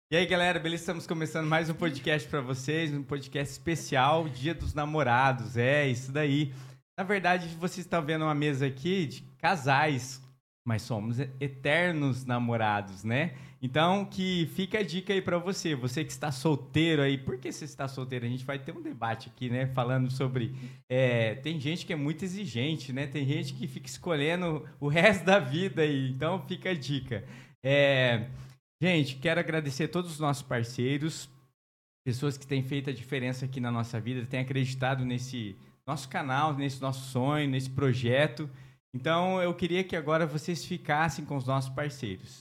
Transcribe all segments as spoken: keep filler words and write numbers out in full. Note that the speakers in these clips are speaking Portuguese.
E aí, galera, beleza? Estamos começando mais um podcast para vocês, um podcast especial, Dia dos Namorados. É, isso daí. Na verdade, vocês estão vendo uma mesa aqui de casais, mas somos eternos namorados, né? Então, que fica a dica aí para você, você que está solteiro aí. Por que você está solteiro? A gente vai ter um debate aqui, né? Falando sobre... É, tem gente que é muito exigente, né? Tem gente que fica escolhendo o resto da vida aí. Então, fica a dica. É... Gente, quero agradecer a todos os nossos parceiros, pessoas que têm feito a diferença aqui na nossa vida, têm acreditado nesse nosso canal, nesse nosso sonho, nesse projeto. Então, eu queria que agora vocês ficassem com os nossos parceiros.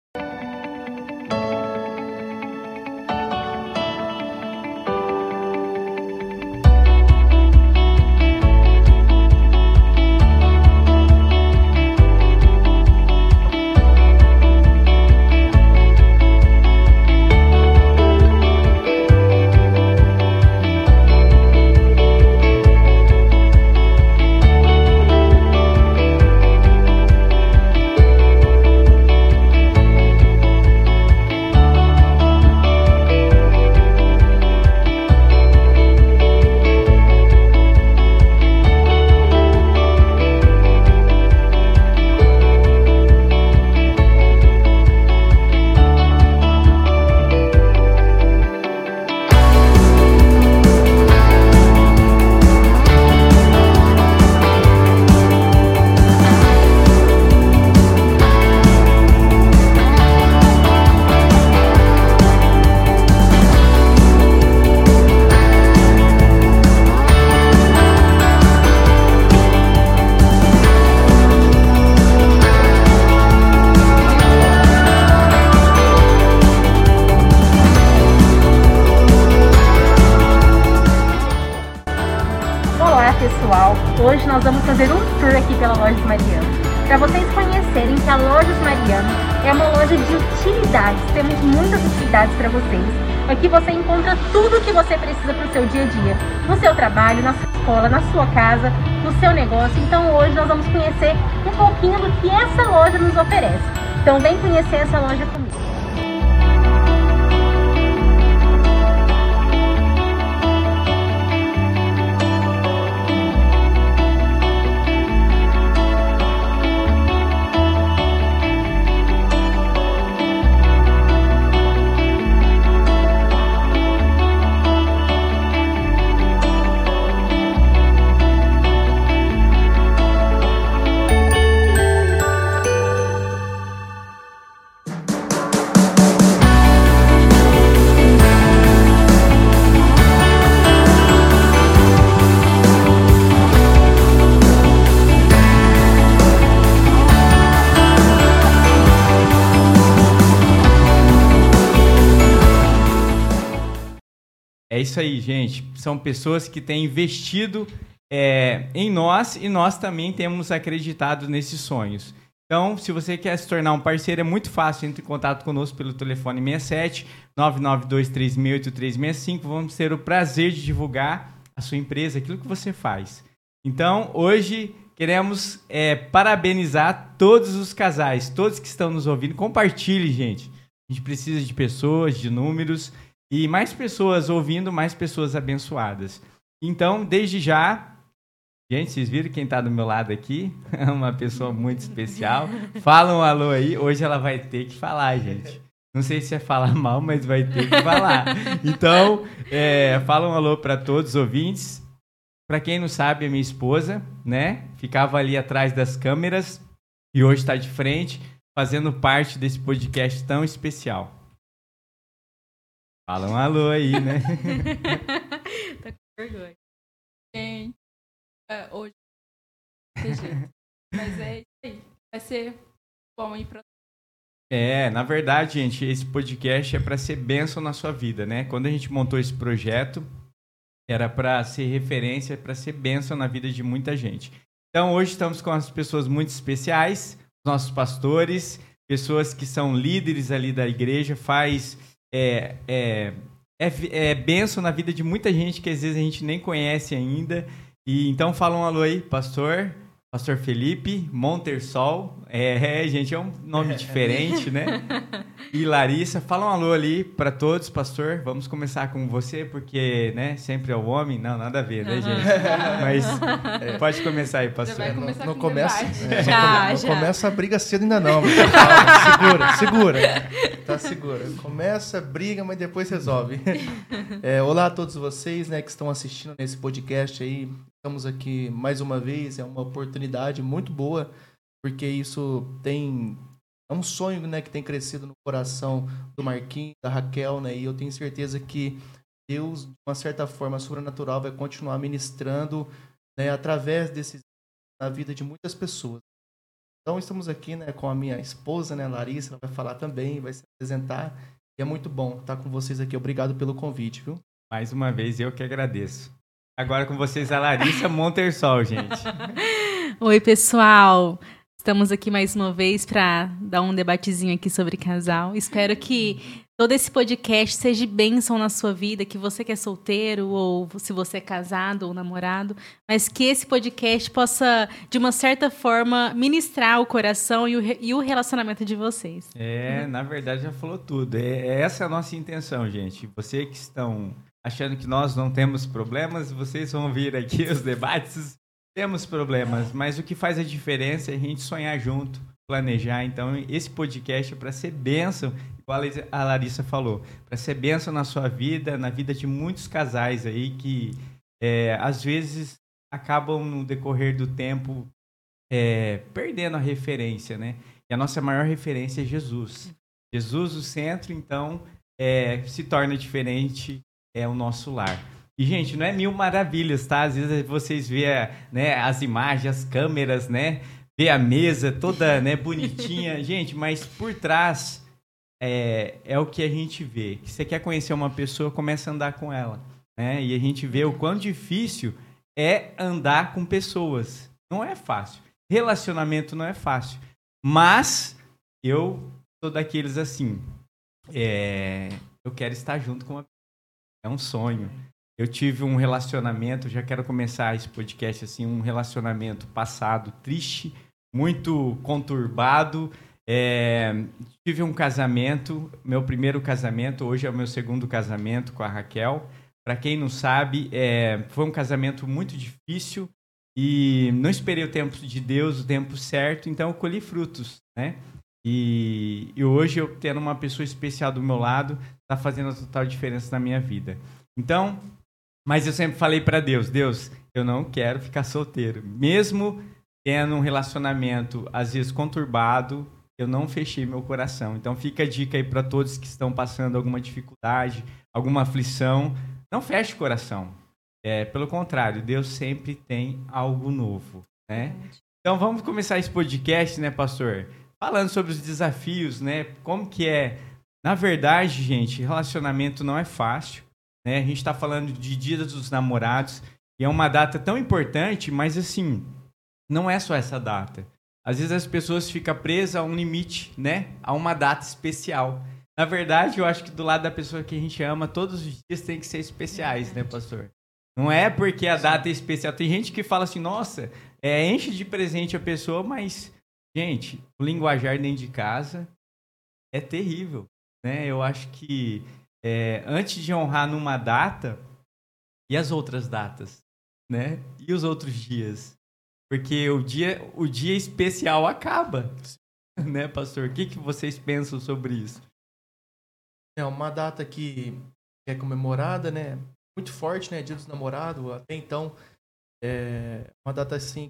Hoje nós vamos fazer um tour aqui pela Lojas Mariano, para vocês conhecerem que a Lojas Mariano é uma loja de utilidades. Temos muitas utilidades para vocês. Aqui você encontra tudo o que você precisa para o seu dia a dia, no seu trabalho, na sua escola, na sua casa, no seu negócio. Então hoje nós vamos conhecer um pouquinho do que essa loja nos oferece. Então vem conhecer essa loja comigo. É isso aí, gente. São pessoas que têm investido é, em nós e nós também temos acreditado nesses sonhos. Então, se você quer se tornar um parceiro, é muito fácil. Entre em contato conosco pelo telefone seis sete, nove nove dois três seis oito três seis cinco. Vamos ter o prazer de divulgar a sua empresa, aquilo que você faz. Então, hoje queremos é, parabenizar todos os casais, todos que estão nos ouvindo. Compartilhe, gente. A gente precisa de pessoas, de números... E mais pessoas ouvindo, mais pessoas abençoadas. Então, desde já... Gente, vocês viram quem está do meu lado aqui? É uma pessoa muito especial. Fala um alô aí. Hoje ela vai ter que falar, gente. Não sei se é falar mal, mas vai ter que falar. Então, é, fala um alô para todos os ouvintes. Para quem não sabe, é minha esposa, né? Ficava ali atrás das câmeras e hoje está de frente, fazendo parte desse podcast tão especial. Fala um alô aí, né? Tá com vergonha. Gente, é, hoje mas é isso aí. Vai ser bom ir pra... É, na verdade, gente, esse podcast é para ser bênção na sua vida, né? Quando a gente montou esse projeto, era para ser referência, para ser bênção na vida de muita gente. Então, hoje estamos com as pessoas muito especiais, nossos pastores, pessoas que são líderes ali da igreja, faz... É, é, é, é bênção na vida de muita gente que às vezes a gente nem conhece ainda. E então fala um alô aí, pastor, pastor Felipe Montersol. É, gente, é um nome diferente, né? E Larissa, fala um alô ali para todos, pastor. Vamos começar com você, porque, né, sempre é o homem. Não, nada a ver, né, Uhum. gente? Mas é, pode começar aí, Já pastor. vai começar não com começa, debate. é, Já, não já. começa a briga cedo ainda não. Mas calma, segura, segura. Tá segura. Começa, briga, mas depois resolve. É, olá a todos vocês, né, que estão assistindo nesse podcast aí. Estamos aqui mais uma vez, é uma oportunidade muito boa, porque isso tem... É um sonho, né, que tem crescido no coração do Marquinhos, da Raquel, né, e eu tenho certeza que Deus, de uma certa forma sobrenatural, vai continuar ministrando, né, através desses na vida de muitas pessoas. Então estamos aqui, né, com a minha esposa, né, Larissa, ela vai falar também, vai se apresentar, e é muito bom estar com vocês aqui. Obrigado pelo convite, viu? Mais uma vez, eu que agradeço. Agora com vocês a Larissa Montersol, gente. Oi, pessoal. Estamos aqui mais uma vez para dar um debatezinho aqui sobre casal. Espero que todo esse podcast seja bênção na sua vida, que você que é solteiro ou se você é casado ou namorado, mas que esse podcast possa, de uma certa forma, ministrar o coração e o, re- e o relacionamento de vocês. É, na verdade já falou tudo. É, essa é a nossa intenção, gente. Vocês que estão achando que nós não temos problemas, vocês vão vir aqui os debates. Temos problemas, mas o que faz a diferença é a gente sonhar junto, planejar. Então, esse podcast é para ser bênção, igual a Larissa falou, para ser bênção na sua vida, na vida de muitos casais aí que, é, às vezes, acabam no decorrer do tempo é, perdendo a referência, né? E a nossa maior referência é Jesus. Jesus, o centro, então, é, se torna diferente, é o nosso lar. E, gente, não é mil maravilhas, tá? Às vezes vocês vê, né, as imagens, as câmeras, né? Vê a mesa toda, né, bonitinha. Gente, mas por trás é, é o que a gente vê. Que você quer conhecer uma pessoa, começa a andar com ela, né? E a gente vê o quão difícil é andar com pessoas. Não é fácil. Relacionamento não é fácil. Mas eu sou daqueles assim, é, eu quero estar junto com uma pessoa. É um sonho. Eu tive um relacionamento, já quero começar esse podcast assim, um relacionamento passado triste, muito conturbado. É, tive um casamento, meu primeiro casamento, hoje é o meu segundo casamento com a Raquel. Para quem não sabe, é, foi um casamento muito difícil e não esperei o tempo de Deus, o tempo certo, então eu colhi frutos, né? E, e hoje eu tendo uma pessoa especial do meu lado, está fazendo a total diferença na minha vida. Então, mas eu sempre falei para Deus, Deus, eu não quero ficar solteiro. Mesmo tendo um relacionamento, às vezes, conturbado, eu não fechei meu coração. Então, fica a dica aí para todos que estão passando alguma dificuldade, alguma aflição. Não feche o coração. É, pelo contrário, Deus sempre tem algo novo, né? Então, vamos começar esse podcast, né, pastor? Falando sobre os desafios, né? Como que é... Na verdade, gente, relacionamento não é fácil. Né? A gente está falando de Dia dos Namorados, e é uma data tão importante, mas assim, não é só essa data. Às vezes as pessoas ficam presas a um limite, né? A uma data especial. Na verdade, eu acho que do lado da pessoa que a gente ama, todos os dias tem que ser especiais, né, pastor? Não é porque a data é especial. Tem gente que fala assim, nossa, é, enche de presente a pessoa, mas, gente, o linguajar dentro de casa é terrível, né? Eu acho que É, antes de honrar numa data, e as outras datas, né? E os outros dias? Porque o dia, o dia especial acaba, né, pastor? O que, que vocês pensam sobre isso? É uma data que é comemorada, né? Muito forte, né? Dia dos Namorados. Até então, é uma data assim.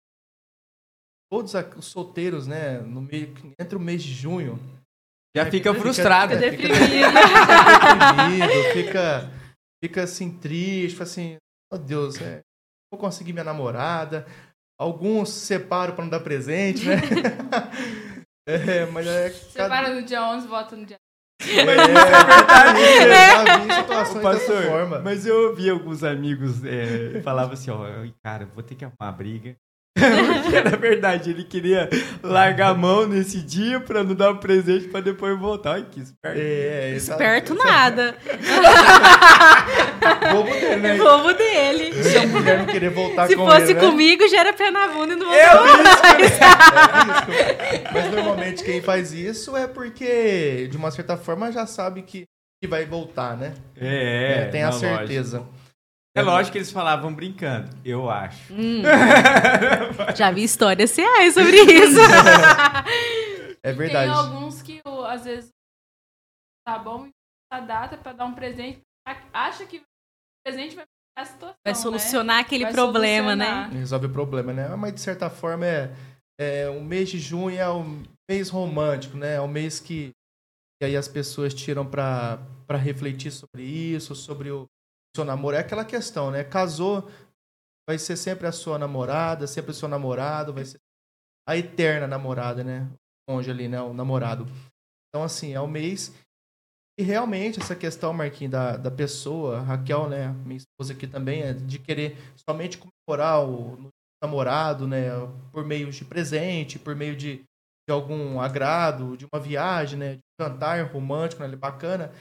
Todos os solteiros, né? No meio, entre o mês de junho. Já é, fica frustrado. Fica deprimido. Fica, deprimido, fica, fica assim, triste, assim, oh Deus, é, vou conseguir minha namorada. Alguns se separam para não dar presente, né? é, mas é. Separa cada... no dia onze, volta no dia. É, é, já vi situações pastor, dessa forma. Mas eu ouvi alguns amigos é, falavam assim, ó, cara, vou ter que arrumar briga. Porque era verdade, ele queria largar a mão nesse dia pra não dar o presente pra depois voltar. Ai, que esperto. É, Esperto nada. Bobo dele, né? Bobo dele. Se a mulher não querer voltar Se com fosse ele, né? comigo, já era pé na bunda e não É voltou isso, mais. É risco. Mas normalmente quem faz isso é porque, de uma certa forma, já sabe que, que vai voltar, né? É, tem a não, certeza. lógico. É lógico que eles falavam brincando, eu acho. Hum. Já vi histórias reais sobre isso. É verdade. Tem alguns que, o- às vezes, tá bom, a data pra dar um presente, acha que o presente vai mudar a situação, Vai solucionar né? aquele Vai problema, né? solucionar. Resolve o problema, né? Mas, de certa forma, é, é o mês de junho é um mês romântico, né? É um mês que, que aí as pessoas tiram pra, pra refletir sobre isso, sobre o seu namoro. É aquela questão, né? Casou, vai ser sempre a sua namorada, sempre o seu namorado, vai ser a eterna namorada, né? O cônjuge ali, né? O namorado. Então, assim, é o mês. E realmente essa questão, Marquinhos, da, da pessoa, Raquel, né? Minha esposa aqui também, é de querer somente comemorar o namorado, né? Por meio de presente, por meio de, de algum agrado, de uma viagem, né? De um jantar romântico, né? Bacana.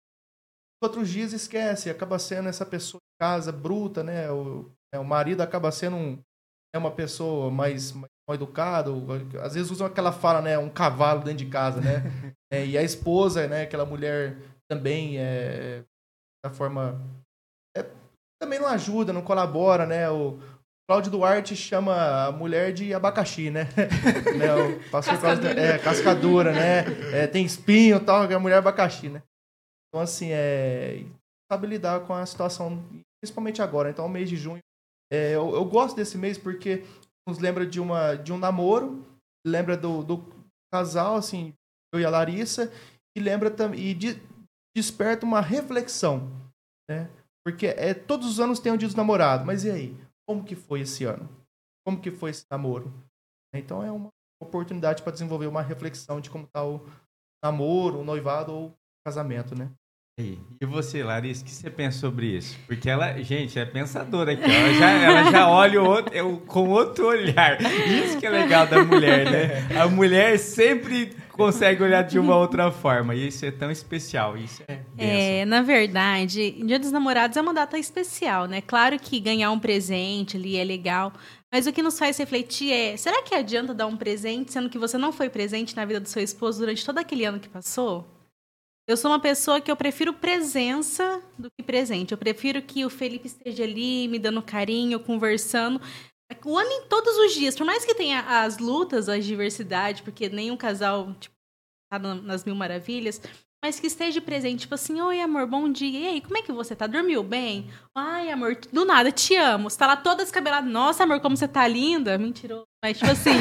Outros dias esquece, acaba sendo essa pessoa de casa bruta, né? O, é, o marido acaba sendo um, é uma pessoa mais, mais mal educada, ou, às vezes usam aquela fala, né? Um cavalo dentro de casa, né? É, e a esposa, né? Aquela mulher também, é, da forma... É, também não ajuda, não colabora, né? O Cláudio Duarte chama a mulher de abacaxi, né? né? O pastor Cláudio, é, cascadura, né? É, tem espinho e tal, que é a mulher abacaxi, né? Então, assim, é, sabe lidar com a situação, principalmente agora. Então, o mês de junho, é, eu, eu gosto desse mês porque nos lembra de, uma, de um namoro, lembra do, do casal, assim, eu e a Larissa, e lembra também, e de, desperta uma reflexão, né? Porque é, todos os anos tem o dia dos namorados, mas e aí? Como que foi esse ano? Como que foi esse namoro? Então, é uma oportunidade para desenvolver uma reflexão de como está o namoro, o noivado ou o casamento, né? E você, Larissa, o que você pensa sobre isso? Porque ela, gente, é pensadora aqui, ó. Ela já, ela já olha o outro, eu, com outro olhar. Isso que é legal da mulher, né? A mulher sempre consegue olhar de uma outra forma. E isso é tão especial. Isso é bênção. É, na verdade, Dia dos Namorados é uma data especial, né? Claro que ganhar um presente ali é legal, mas o que nos faz refletir é, será que adianta dar um presente sendo que você não foi presente na vida do seu esposo durante todo aquele ano que passou? Eu sou uma pessoa que eu prefiro presença do que presente. Eu prefiro que o Felipe esteja ali, me dando carinho, conversando. O ano em todos os dias. Por mais que tenha as lutas, as diversidades, porque nenhum casal tipo, tá nas mil maravilhas, mas que esteja presente. Tipo assim, oi, amor, bom dia. E aí, como é que você tá? Dormiu bem? Ai, amor, do nada, te amo. Você tá lá toda descabelada. Nossa, amor, como você tá linda. Mentiroso. Mas, tipo assim...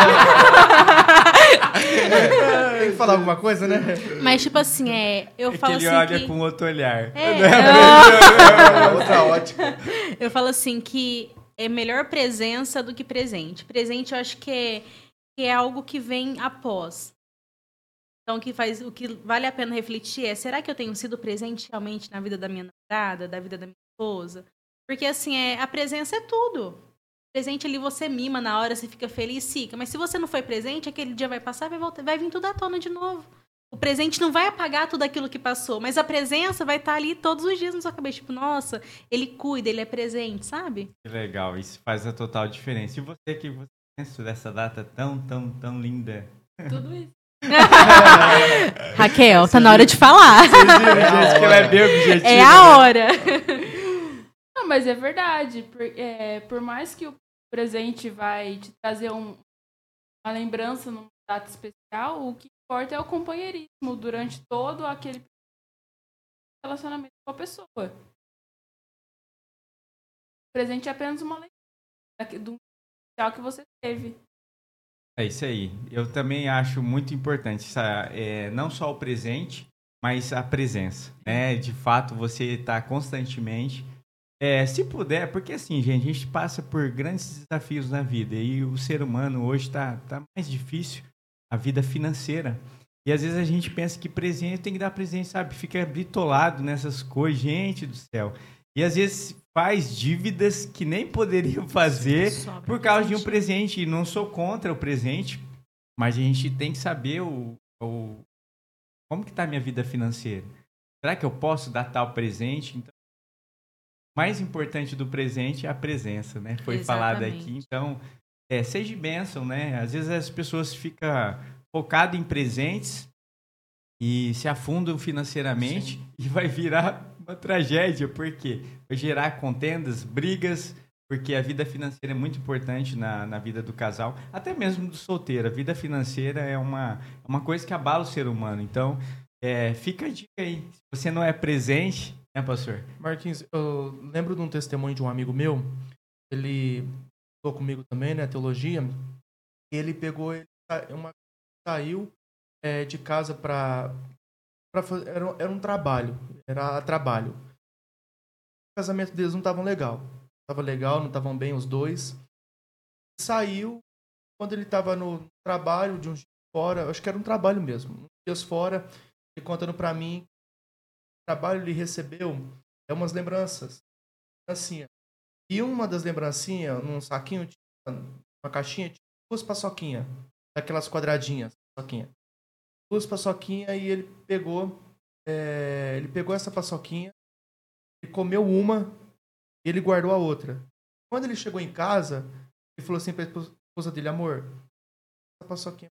Tem que falar alguma coisa, né? Mas, tipo assim, é... Eu É falo que ele assim olha que... com outro olhar. É, É outra ótica. eu falo assim que é melhor presença do que presente. Presente eu acho que é, que é algo que vem após. Então, o que, faz, o que vale a pena refletir é, será que eu tenho sido presente realmente na vida da minha namorada, da vida da minha esposa? Porque, assim, é, a presença é tudo. Presente ali você mima na hora, você fica feliz, fica. Mas se você não foi presente, aquele dia vai passar, vai, voltar, vai vir tudo à tona de novo. O presente não vai apagar tudo aquilo que passou, mas a presença vai estar ali todos os dias na sua cabeça. Tipo, nossa, ele cuida, ele é presente, sabe? Que legal, isso faz a total diferença. E você, que você pensa dessa data tão, tão, tão linda? Tudo isso. Raquel, tá na hora de falar. Vocês viram, gente, que ela é bem objetiva. É a hora. Não, mas é verdade. Por, é, por mais que o presente vai te trazer um, uma lembrança numa data especial, o que importa é o companheirismo durante todo aquele relacionamento com a pessoa. O presente é apenas uma lembrança do especial que você teve. É isso aí. Eu também acho muito importante, sabe? É, não só o presente, mas a presença. Né? De fato, você está constantemente... É, se puder, porque assim, gente, a gente passa por grandes desafios na vida e o ser humano hoje está tá mais difícil, a vida financeira. E às vezes a gente pensa que presente tem que dar presente, sabe? Fica bitolado nessas coisas, gente do céu. E às vezes faz dívidas que nem poderiam fazer Sobra por causa de um presente. presente. E não sou contra o presente, mas a gente tem que saber o, o como que está a minha vida financeira. Será que eu posso dar tal presente? Então, o mais importante do presente é a presença, né? Foi Exatamente. falado aqui. Então, é, seja bênção, né? Às vezes as pessoas ficam focadas em presentes e se afundam financeiramente Sim. e vai virar uma tragédia. Por quê? Vai gerar contendas, brigas, porque a vida financeira é muito importante na, na vida do casal, até mesmo do solteiro. A vida financeira é uma, uma coisa que abala o ser humano. Então, é, fica a dica aí. Se você não é presente, né, pastor? Marquinhos, eu lembro de um testemunho de um amigo meu, ele falou comigo também, né, teologia, e ele pegou, ele sa- uma, saiu é, de casa para fazer, era, um- era um trabalho, era trabalho. O casamento deles não estavam legal, tava legal, não estavam bem os dois. Saiu, quando ele estava no trabalho, de um dia fora, acho que era um trabalho mesmo, uns dias fora, ele contando para mim, o trabalho ele recebeu é umas lembranças, assim, e uma das lembrancinhas, num saquinho, tinha, uma caixinha, tinha duas paçoquinhas, daquelas quadradinhas, paçoquinha. Duas paçoquinhas e ele pegou, é, ele pegou essa paçoquinha, ele comeu uma e ele guardou a outra. Quando ele chegou em casa, ele falou assim pra esposa dele, amor, essa paçoquinha,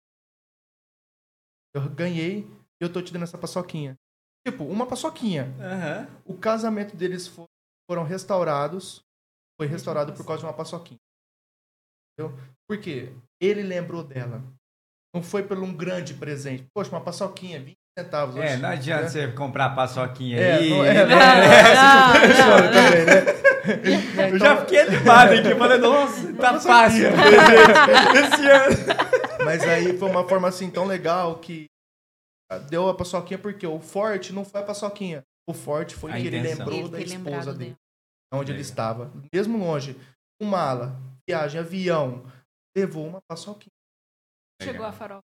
eu ganhei e eu tô te dando essa paçoquinha. Tipo, uma paçoquinha. Aham. O casamento deles fo- foram restaurados, foi restaurado por causa de uma paçoquinha. Entendeu? Por quê? Ele lembrou dela. Não foi por um grande presente. Poxa, uma paçoquinha, vinte centavos. É, não adianta né? você comprar paçoquinha É, aí. não, é, né? não, é, assim que funciona também, né? Eu já fiquei animado aqui, falando, nossa, tá fácil. Esse ano. Mas aí foi uma forma assim tão legal que deu a paçoquinha porque o forte não foi a paçoquinha. O forte foi A que ele intenção. lembrou Ele da ter esposa lembrado dele. dela. Onde ele Legal. estava. Mesmo longe. Com mala, viagem, avião. Levou uma paçoquinha. Chegou a farofa.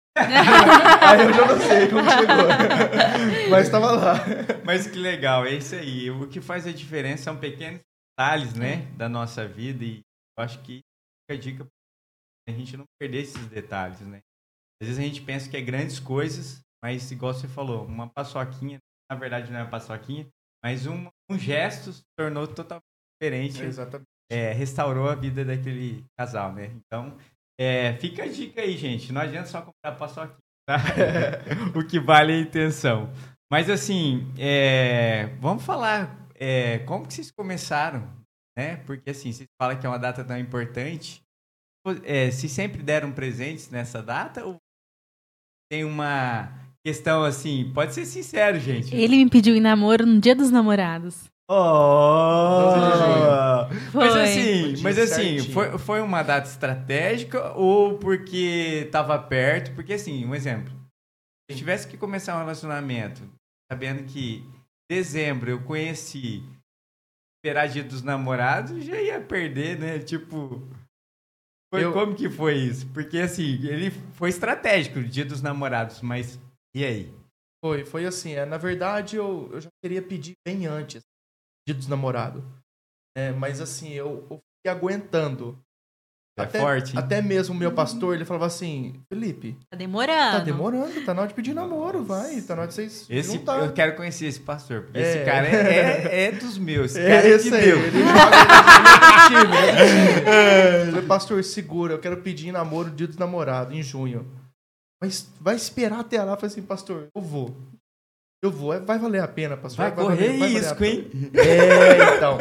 Aí eu já não sei como chegou. Mas estava lá. Mas que legal, é isso aí. O que faz a diferença são pequenos detalhes, né, da nossa vida. E eu acho que fica a dica pra a gente não perder esses detalhes, né. Às vezes a gente pensa que é grandes coisas, mas igual você falou, uma paçoquinha, na verdade não é uma paçoquinha, mas um, um gesto se tornou totalmente diferente. Exatamente. É, restaurou a vida daquele casal, né? Então, é, fica a dica aí, gente. Não adianta só comprar paçoquinha, tá? O que vale é a intenção. Mas, assim, é, vamos falar é, como que vocês começaram, né? Porque, assim, vocês falam que é uma data tão importante. É, se sempre deram presentes nessa data ou tem uma questão, assim... Pode ser sincero, gente. Ele me pediu em namoro no Dia dos Namorados. Oh! doze de junho. Foi. Mas Foi assim, dia mas assim certinho. foi, foi uma data estratégica ou porque tava perto? Porque assim, um exemplo. Se eu tivesse que começar um relacionamento sabendo que dezembro eu conheci esperar Dia dos Namorados, já ia perder, né? Tipo, foi, Eu- como que foi isso? Porque assim, ele foi estratégico o Dia dos Namorados, mas e aí? Foi, foi assim. É, na verdade, eu, eu já queria pedir bem antes. Dia dos namorados. É, mas assim, eu, eu fiquei aguentando. É até, forte, hein? até mesmo o meu pastor, ele falava assim, Felipe, Tá demorando. tá demorando, tá na hora de pedir namoro, vai, tá na hora de vocês Esse, juntar. eu quero conhecer esse pastor, porque É. esse cara é, é, é dos meus. Esse É, cara é esse de aí, Deus. ele joga no time, né? Eu falei, pastor, segura, eu quero pedir em namoro dia dos namorados, em junho. Mas vai esperar até lá? Eu falei assim, pastor, eu vou. Eu vou, vai valer a pena, pastor. Vai correr valer- vai valer a risco, pena. hein? É, então.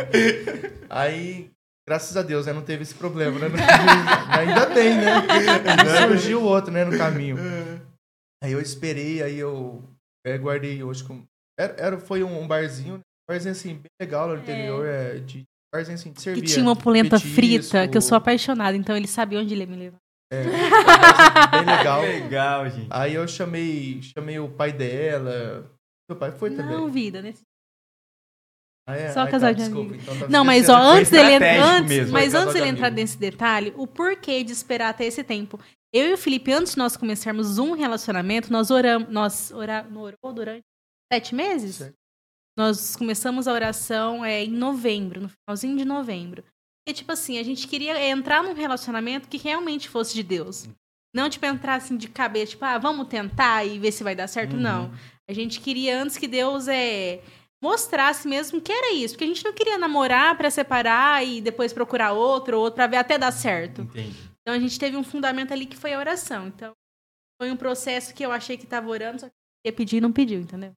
Aí, graças a Deus, né, não teve esse problema, né? Ainda bem, né? Surgiu outro, né, no caminho. Aí eu esperei, aí eu é, guardei hoje com... Era, era, foi um barzinho, um barzinho assim, bem legal lá no interior, é, de barzinho assim, de Que servia. tinha uma polenta petisco, frita, que eu sou apaixonada, então ele sabia onde ele ia me levar. É, barzinho bem legal. Legal, gente. Aí eu chamei, chamei o pai dela. Meu pai foi também. Não, vida, né? Ah, é? só Ai, casal tá, de desculpa, amigos. então tá Não, mas esquecendo. ó, foi antes dele, estratégico antes, mesmo. mas Foi antes dele casal de entrar amigo. nesse detalhe, o porquê de esperar até esse tempo. Eu e o Felipe, antes de nós começarmos um relacionamento, nós oramos, nós oramos, orou durante sete meses? Certo. nós começamos a oração é, em novembro, no finalzinho de novembro. E, tipo assim, a gente queria entrar num relacionamento que realmente fosse de Deus. Não, tipo, entrar assim de cabeça, tipo, ah, vamos tentar e ver se vai dar certo. Uhum. Não. A gente queria antes que Deus é, mostrasse mesmo que era isso. Porque a gente não queria namorar pra separar e depois procurar outro, ou outro pra ver até dar certo. Entendi. Então, a gente teve um fundamento ali que foi a oração. Então, foi um processo que eu achei que tava orando, só que ia pedir e não pediu, entendeu?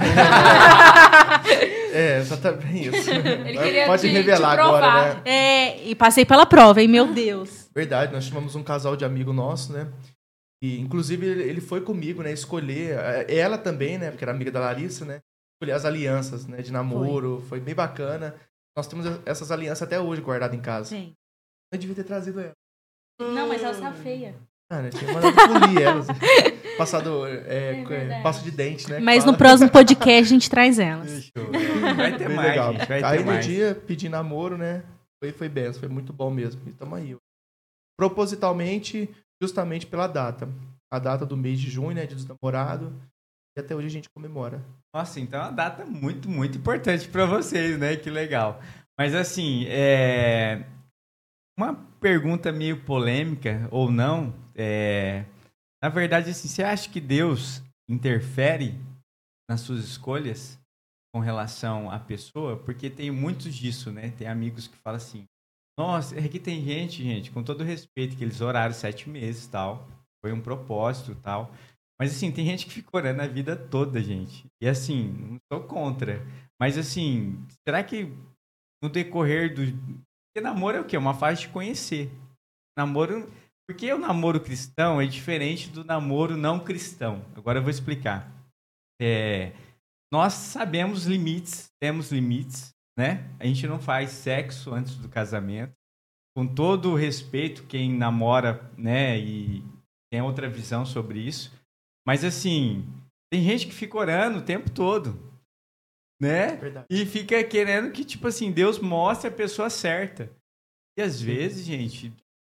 É, exatamente isso. Ele queria Pode te, revelar te provar. agora, né? É, e passei pela prova, hein, meu Deus. Verdade, nós chamamos um casal de amigo nosso, né? E, inclusive, ele ele foi comigo, né? Escolher, ela também, né? Porque era amiga da Larissa, né? Escolher as alianças, né? De namoro, foi, foi bem bacana. Nós temos essas alianças até hoje guardadas em casa. Sim. Eu devia ter trazido ela. Não, mas ela está feia. Ah, né? Tinha mandado polir elas. Passado, é, É é, passo de dente, né? Mas Fala. no próximo podcast a gente traz elas. Fechou. Vai ter Bem mais, legal. gente. Vai Aí ter no mais. dia, pedi namoro, né? Foi, foi benção, foi muito bom mesmo. E tamo aí. Propositalmente, justamente pela data. A data do mês de junho, né? Dia dos namorados. E até hoje a gente comemora. Nossa, então é uma data muito, muito importante para vocês, né? Que legal. Mas assim, é... uma pergunta meio polêmica ou não, é... na verdade, assim, você acha que Deus interfere nas suas escolhas com relação à pessoa? Porque tem muitos disso, né? Tem amigos que falam assim, nossa, é que tem gente, gente, com todo respeito, que eles oraram sete meses e tal, foi um propósito e tal. Mas, assim, tem gente que fica orando a vida toda, gente. E, assim, não sou contra. Mas, assim, será que no decorrer do... Porque namoro é o quê? Uma fase de conhecer. Namoro... Porque o namoro cristão é diferente do namoro não cristão. Agora eu vou explicar. É... Nós sabemos limites, temos limites, né? A gente não faz sexo antes do casamento. Com todo o respeito, quem namora, né? E tem outra visão sobre isso. Mas, assim, tem gente que fica orando o tempo todo, né? Verdade. E fica querendo que, tipo assim, Deus mostre a pessoa certa. E, às vezes, gente...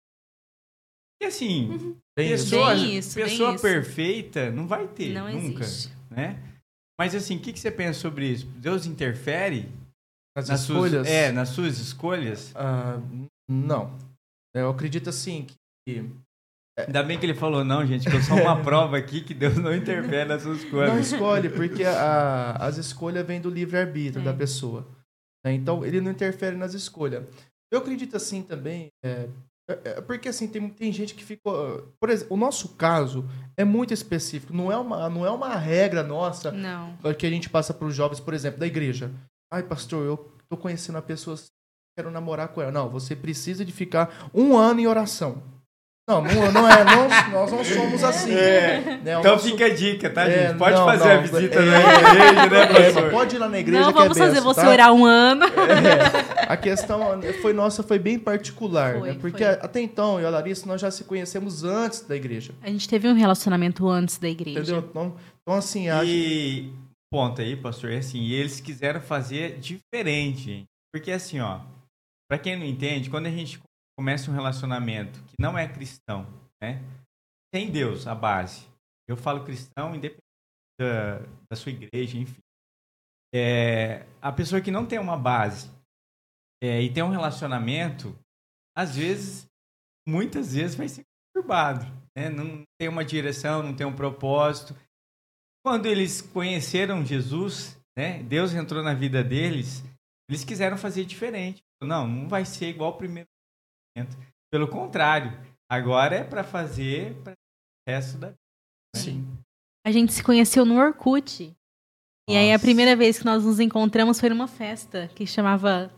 E, assim, Tem isso. pessoa, Bem isso, bem pessoa isso. perfeita não vai ter, Não nunca, existe. né? Mas, assim, o que, que você pensa sobre isso? Deus interfere Nas nas escolhas? suas, é, nas suas escolhas? Ah, não. Eu acredito, assim, que... Ainda bem que ele falou não, gente, que eu sou uma prova aqui que Deus não interfere nas suas Não coisas. escolhe, porque a- as escolhas vêm do livre-arbítrio É. da pessoa. Né? Então, ele não interfere nas escolhas. Eu acredito, assim, também... É, é- é porque, assim, tem, tem gente que ficou... Por exemplo, o nosso caso é muito específico. Não é uma, não é uma regra nossa Não. que a gente passa para os jovens, por exemplo, da igreja. Ai, pastor, eu tô conhecendo a pessoa, quero namorar com ela. Não, você precisa de ficar um ano em oração. Não, não, não é. Nós, nós não somos assim. É. Né? O Então nosso- fica a dica, tá, É, gente? Pode não, fazer não, a visita é, na igreja, né, é, pastor? pode ir lá na igreja Não que é vamos fazer benção, você tá? orar um ano. É, a questão foi nossa, foi bem particular, Foi, né? Porque foi. até então, eu e a Larissa, nós já se conhecemos antes da igreja. A gente teve um relacionamento antes da igreja. Entendeu? Então, então assim, a E ponto aí, pastor, é assim, e eles quiseram fazer diferente, gente. Porque assim, ó, pra quem não entende, quando a gente começa um relacionamento que não é cristão, né? Tem Deus, a base. Eu falo cristão, independente da, da sua igreja, enfim. É, a pessoa que não tem uma base é, e tem um relacionamento, às vezes, muitas vezes vai ser conturbado, né? Não tem uma direção, não tem um propósito. Quando eles conheceram Jesus, né? Deus entrou na vida deles, eles quiseram fazer diferente. Não, não vai ser igual ao primeiro relacionamento. Pelo contrário, agora é para fazer para o resto da vida. Né? Sim. A gente se conheceu no Orkut. E aí a Nossa. primeira vez que nós nos encontramos foi numa festa que chamava...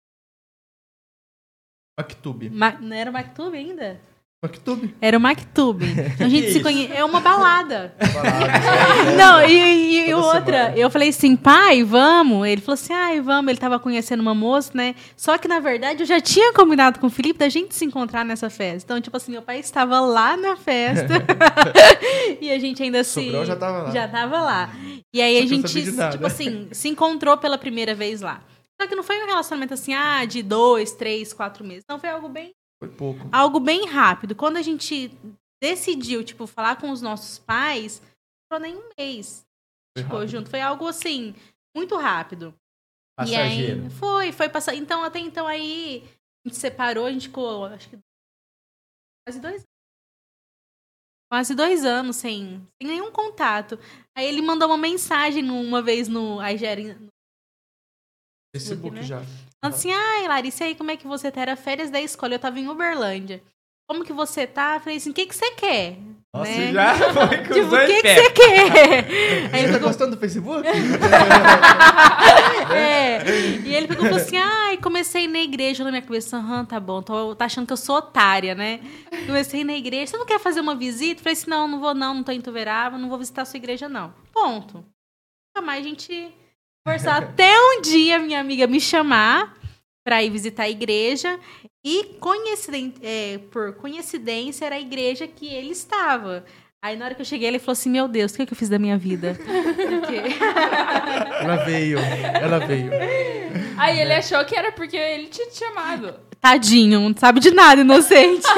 Mactube. Ma... Não era o Mactube ainda? Mactube? Era o Mactube. Então a gente Que se isso? conhece. É uma balada. Balada, Não, e, e, e Toda outra, semana. eu falei assim, pai, vamos. Ele falou assim, ai, vamos. Ele tava conhecendo uma moça, né? Só que, na verdade, eu já tinha combinado com o Felipe da gente se encontrar nessa festa. Então, tipo assim, meu pai estava lá na festa. E a gente ainda se... Sobrão já tava lá. Já tava lá. E aí Só a que eu gente, sabia de nada. tipo assim, se encontrou pela primeira vez lá. Só que não foi um relacionamento assim, ah, de dois, três, quatro meses. Não, foi algo bem Foi pouco. algo bem rápido. Quando a gente decidiu, tipo, falar com os nossos pais, não foi nem um mês. Foi Ficou rápido. junto. Foi algo assim, muito rápido. Passageiro. E aí, foi, foi passar. Então, até então aí, a gente separou, a gente ficou, acho que quase dois anos. Quase dois anos sem, sem nenhum contato. Aí ele mandou uma mensagem uma vez no... Aí já era no Facebook, né? já. Falando assim, ai, Larissa, e aí como é que você tá? Era férias da escola, eu tava em Uberlândia. Como que você tá? Eu falei assim, o que que você quer? Nossa, né? já foi com Tipo, os o dois que que pés. você quer? Aí ele Tá pegou, gostando do Facebook? é, e ele pegou e falou assim, ai, comecei na igreja. Na minha cabeça, aham, tá bom, tô, tá achando que eu sou otária, né? Comecei na igreja, você não quer fazer uma visita? Eu falei assim, não, não vou não, não tô em Tuverava, não vou visitar a sua igreja não. Ponto. Nunca mais a gente conversar até um dia minha amiga me chamar pra ir visitar a igreja e coinciden- é, por coincidência era a igreja que ele estava. Aí na hora que eu cheguei ele falou assim, meu Deus, o que, é que eu fiz da minha vida? Porque... Ela veio, ela veio. Aí ele achou que era porque ele tinha te chamado. Tadinho, não sabe de nada, inocente.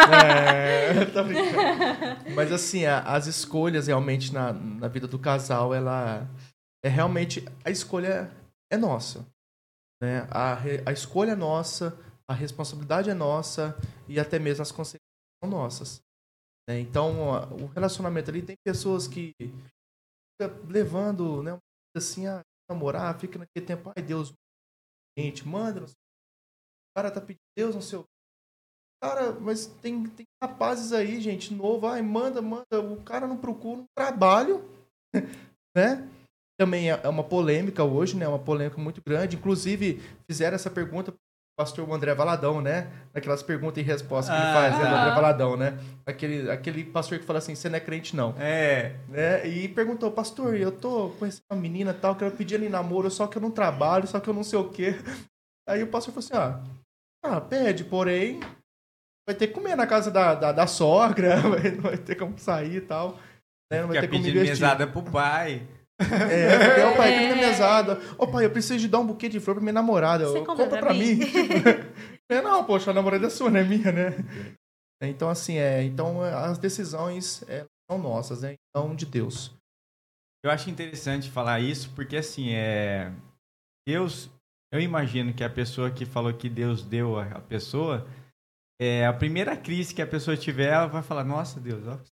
É, tá brincando. Mas assim, a- as escolhas realmente na, na vida do casal, ela é realmente, a escolha é nossa, né? A, re- a escolha é nossa, a responsabilidade é nossa e até mesmo as consequências são nossas, né? Então, ó, o relacionamento ali tem pessoas que fica levando, né, assim, a namorar, fica naquele tempo, ai Deus, gente, manda, não sei, o cara tá pedindo Deus, não sei o quê. Cara, mas tem, tem rapazes aí, gente, novo, ai, manda, manda, o cara não procura um trabalho, né? Também é é uma polêmica hoje, né? Uma polêmica muito grande. Inclusive, fizeram essa pergunta pro pastor André Valadão, né? Naquelas perguntas e respostas que ele Ah, faz, né? Do tá. André Valadão, né? Aquele, aquele pastor que fala assim, você não é crente, não. É. Né? E perguntou, pastor, eu tô conhecendo uma menina e tal, quero pedir ela em namoro, só que eu não trabalho, só que eu não sei o quê. Aí o pastor falou assim, ah, ah pede, porém, vai ter que comer na casa da, da, da sogra, vai, não vai ter como sair e tal. Né? Não vai Fica ter como pedindo investir. mesada pro pai. É, porque, ó, pai, aqui na mesada. Ô, pai, eu preciso de dar um buquê de flor pra minha namorada. Você Eu- compra Compra pra pra mim? mim. É, não, poxa, a namorada é sua, não é minha, né? Então, assim, é. Então, as decisões é, são nossas, né? Não de Deus. Eu acho interessante falar isso, porque assim, é... Deus, eu imagino que a pessoa que falou que Deus deu a a pessoa, é, a primeira crise que a pessoa tiver, ela vai falar, nossa, Deus, ó.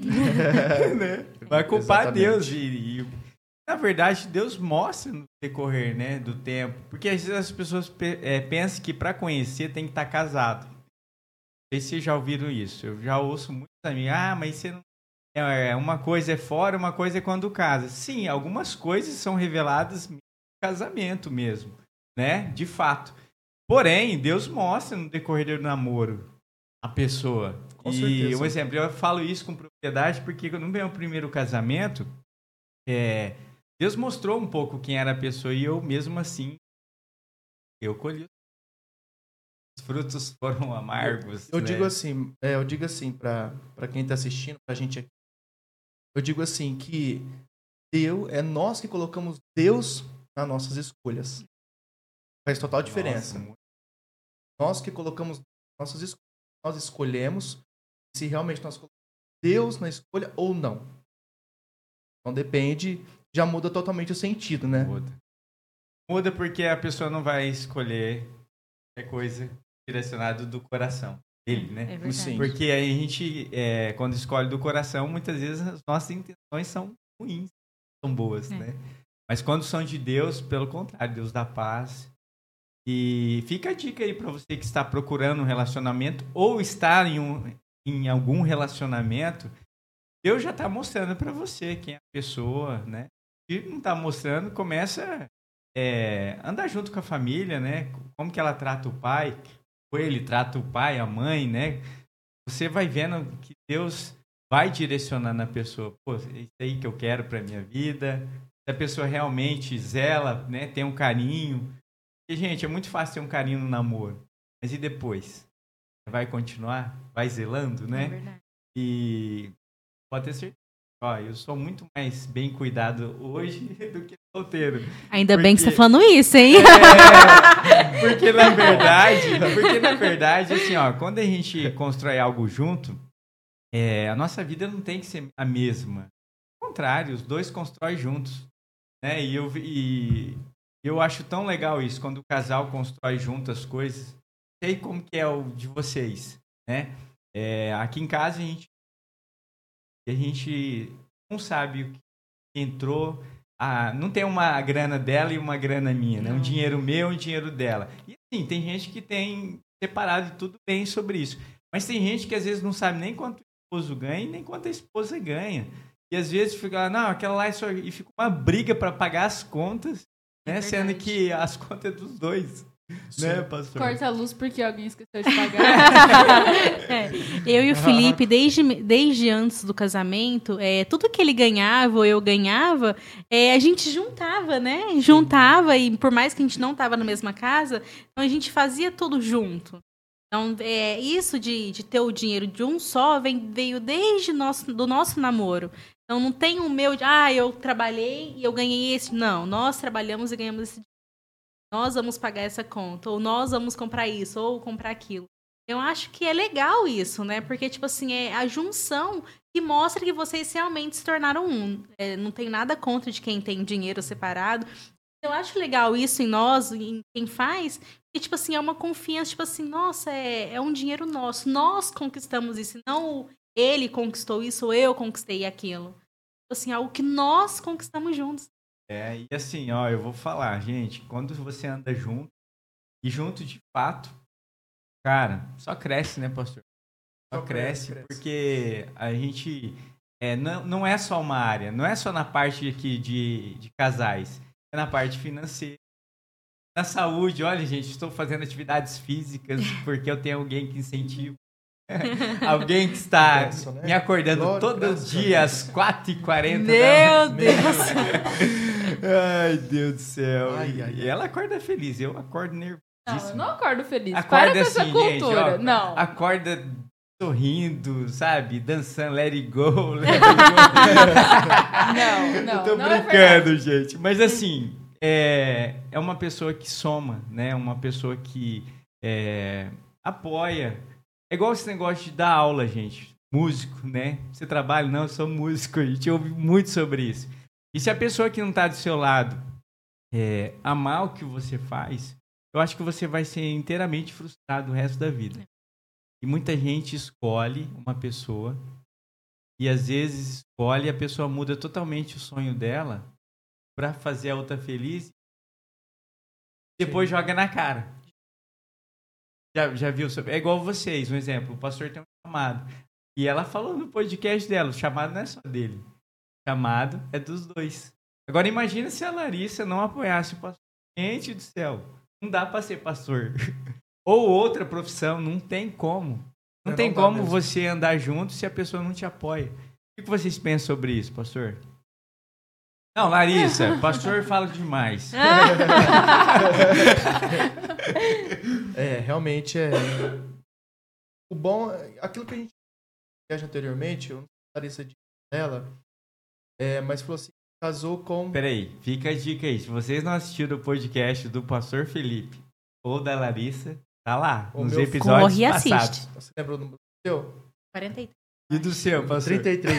Né? Vai culpar Exatamente. Deus. E, e, na verdade, Deus mostra no decorrer, né, do tempo. Porque às vezes as pessoas pe- é, pensam que para conhecer tem que estar casado. Não sei se vocês já ouviram isso. Eu já ouço muitos amigos, ah, mas você não... É, uma coisa é fora, uma coisa é quando casa. Sim, algumas coisas são reveladas no casamento mesmo, né? De fato. Porém, Deus mostra no decorrer do namoro a pessoa. Com e certeza. um exemplo, eu falo isso com propriedade porque no meu primeiro casamento, é, Deus mostrou um pouco quem era a pessoa e eu mesmo assim, eu colhi. Os frutos foram amargos. Eu né? digo assim, é, eu digo assim, pra, pra quem tá assistindo, pra gente aqui. Eu digo assim, que Deus, é nós que colocamos Deus nas nossas escolhas. Faz total diferença. Nossa, Nós que colocamos nossas escolhas, nós escolhemos se realmente nós colocamos Deus na escolha ou não. Então depende, já muda totalmente o sentido, né? Muda. Muda porque a pessoa não vai escolher qualquer coisa direcionada do coração dele, né? É verdade. Sim. Porque a gente, é, quando escolhe do coração, muitas vezes as nossas intenções são ruins, são boas, É. né? Mas quando são de Deus, pelo contrário, Deus dá paz. E fica a dica aí para você que está procurando um relacionamento ou está em, um, em algum relacionamento, Deus já está mostrando para você quem é a pessoa, né? Se não está mostrando, começa é, andar junto com a família, né? Como que ela trata o pai, ou ele trata o pai, a mãe, né? Você vai vendo que Deus vai direcionando a pessoa. Pô, é isso aí que eu quero para minha vida. Se a pessoa realmente zela, né? Tem um carinho. E, gente, é muito fácil ter um carinho no namoro. Mas e depois? Vai continuar? Vai zelando, né? É verdade. E pode ter certeza. Ó, eu sou muito mais bem cuidado hoje do que solteiro. Ainda bem que você Porque- tá falando isso, hein? É, porque na verdade, porque na verdade, assim, ó, quando a gente constrói algo junto, é, a nossa vida não tem que ser a mesma. Ao contrário, os dois constroem juntos. né? E eu, e eu acho tão legal isso, quando o casal constrói junto as coisas. Não sei como que é o de vocês, né? É, aqui em casa a gente, a gente não sabe o que entrou. Ah, não tem uma grana dela e uma grana minha, né? Um dinheiro meu e um dinheiro dela. E assim, tem gente que tem separado e tudo bem sobre isso. Mas tem gente que às vezes não sabe nem quanto o esposo ganha e nem quanto a esposa ganha. E às vezes fica, não, aquela lá é só... E fica uma briga para pagar as contas, né? É Sendo que as contas é dos dois. Sim. Né, pastor? Corta a luz porque alguém esqueceu de pagar. É, eu e o Felipe, desde, desde antes do casamento, é, tudo que ele ganhava ou eu ganhava, é, a gente juntava, né? Juntava, e por mais que a gente não tava na mesma casa, então a gente fazia tudo junto. Então, é, isso de, de ter o dinheiro de um só vem, veio desde nosso, do nosso namoro. Então, não tem o meu, de, ah, eu trabalhei e eu ganhei esse. Não, nós trabalhamos e ganhamos esse dinheiro. Nós vamos pagar essa conta, ou nós vamos comprar isso, ou comprar aquilo. Eu acho que é legal isso, né? Porque, tipo assim, é a junção que mostra que vocês realmente se tornaram um. É, não tem nada contra de quem tem dinheiro separado. Eu acho legal isso em nós, em quem faz, que, tipo assim, é uma confiança, tipo assim, nossa, é, é um dinheiro nosso. Nós conquistamos isso, não ele conquistou isso, ou eu conquistei aquilo. Tipo assim, algo que nós conquistamos juntos. É, e assim, ó, eu vou falar, gente, quando você anda junto, e junto de fato, cara, só cresce, né, pastor? Só, só cresce, cresce, porque a gente, é, não, não é só uma área, não é só na parte aqui de, de casais, é na parte financeira, na saúde. Olha, gente, estou fazendo atividades físicas porque eu tenho alguém que incentiva. Alguém que está Penso, né? me acordando Glória, todos os dias às quatro e quarenta. Meu Deus! Ai, Deus do céu. Ai, ai, e ela acorda feliz, eu acordo nervoso. Não, eu não acordo feliz. Acorda Para assim, com essa cultura. Gente, ó, não. Acorda sorrindo, sabe? Dançando let it go, let it go. Não, não. Eu tô não brincando, é gente. Mas assim, é, é uma pessoa que soma, né? Uma pessoa que é, apoia. É igual esse negócio de dar aula, gente. Músico, né? Você trabalha? Não, eu sou músico. A gente ouve muito sobre isso. E se a pessoa que não está do seu lado é, amar o que você faz, eu acho que você vai ser inteiramente frustrado o resto da vida. E muita gente escolhe uma pessoa e às vezes escolhe e a pessoa muda totalmente o sonho dela para fazer a outra feliz e depois Sim. joga na cara. Já, já viu? É igual vocês, um exemplo. O pastor tem um chamado. E ela falou no podcast dela, o chamado não é só dele. O chamado é dos dois. Agora imagina se a Larissa não apoiasse o pastor. Gente do céu, não dá para ser pastor. Ou outra profissão, não tem como. Não é, tem não como mesmo. Você andar junto se a pessoa não te apoia. O que vocês pensam sobre isso, pastor? Não, Larissa, pastor fala demais. É, realmente é... O bom, aquilo que a gente fez anteriormente, eu não sei se a Larissa disse dela, é, mas falou assim, casou com... Peraí, fica a dica aí. Se vocês não assistiram o podcast do pastor Felipe ou da Larissa, tá lá, o nos meu... episódios Corre passados. Assiste. Você lembrou do seu? quarenta e três. E do seu, pastor? trinta e três.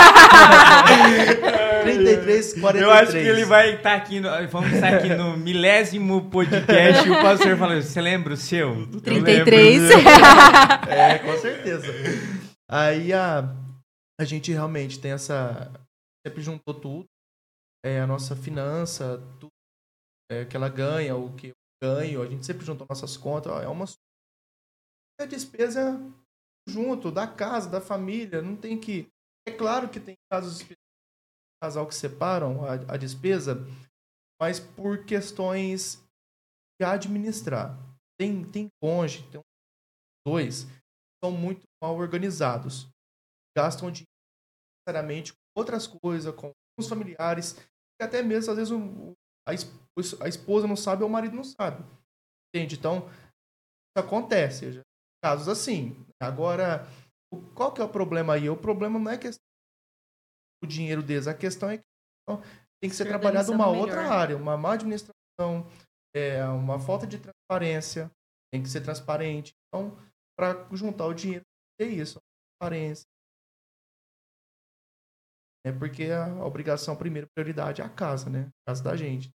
trinta e três, quarenta e três. Eu acho que ele vai estar tá aqui, no, vamos estar aqui no milésimo podcast e o pastor falou, você lembra o seu? trinta e três. É, com certeza. Aí a, a gente realmente tem essa... Sempre juntou tudo. É, a nossa finança, tudo é, que ela ganha, o que eu ganho, a gente sempre juntou nossas contas. É uma... A despesa junto, da casa, da família, não tem que... É claro que tem casos de casal que separam a, a despesa, mas por questões de administrar. Tem, tem cônjuge, tem dois, que são muito mal organizados. Gastam dinheiro necessariamente com outras coisas, com os familiares, que até mesmo, às vezes, o, a, a esposa não sabe ou o marido não sabe. Entende? Então, isso acontece. Já, casos assim. Agora, qual que é o problema aí? O problema não é questão do dinheiro deles. A questão é que tem que ser trabalhado uma melhor. Outra área. Uma má administração, é, uma falta de transparência. Tem que ser transparente. Então, para juntar o dinheiro, é isso. Transparência. É porque a obrigação, primeira prioridade é a casa, né? A casa da gente.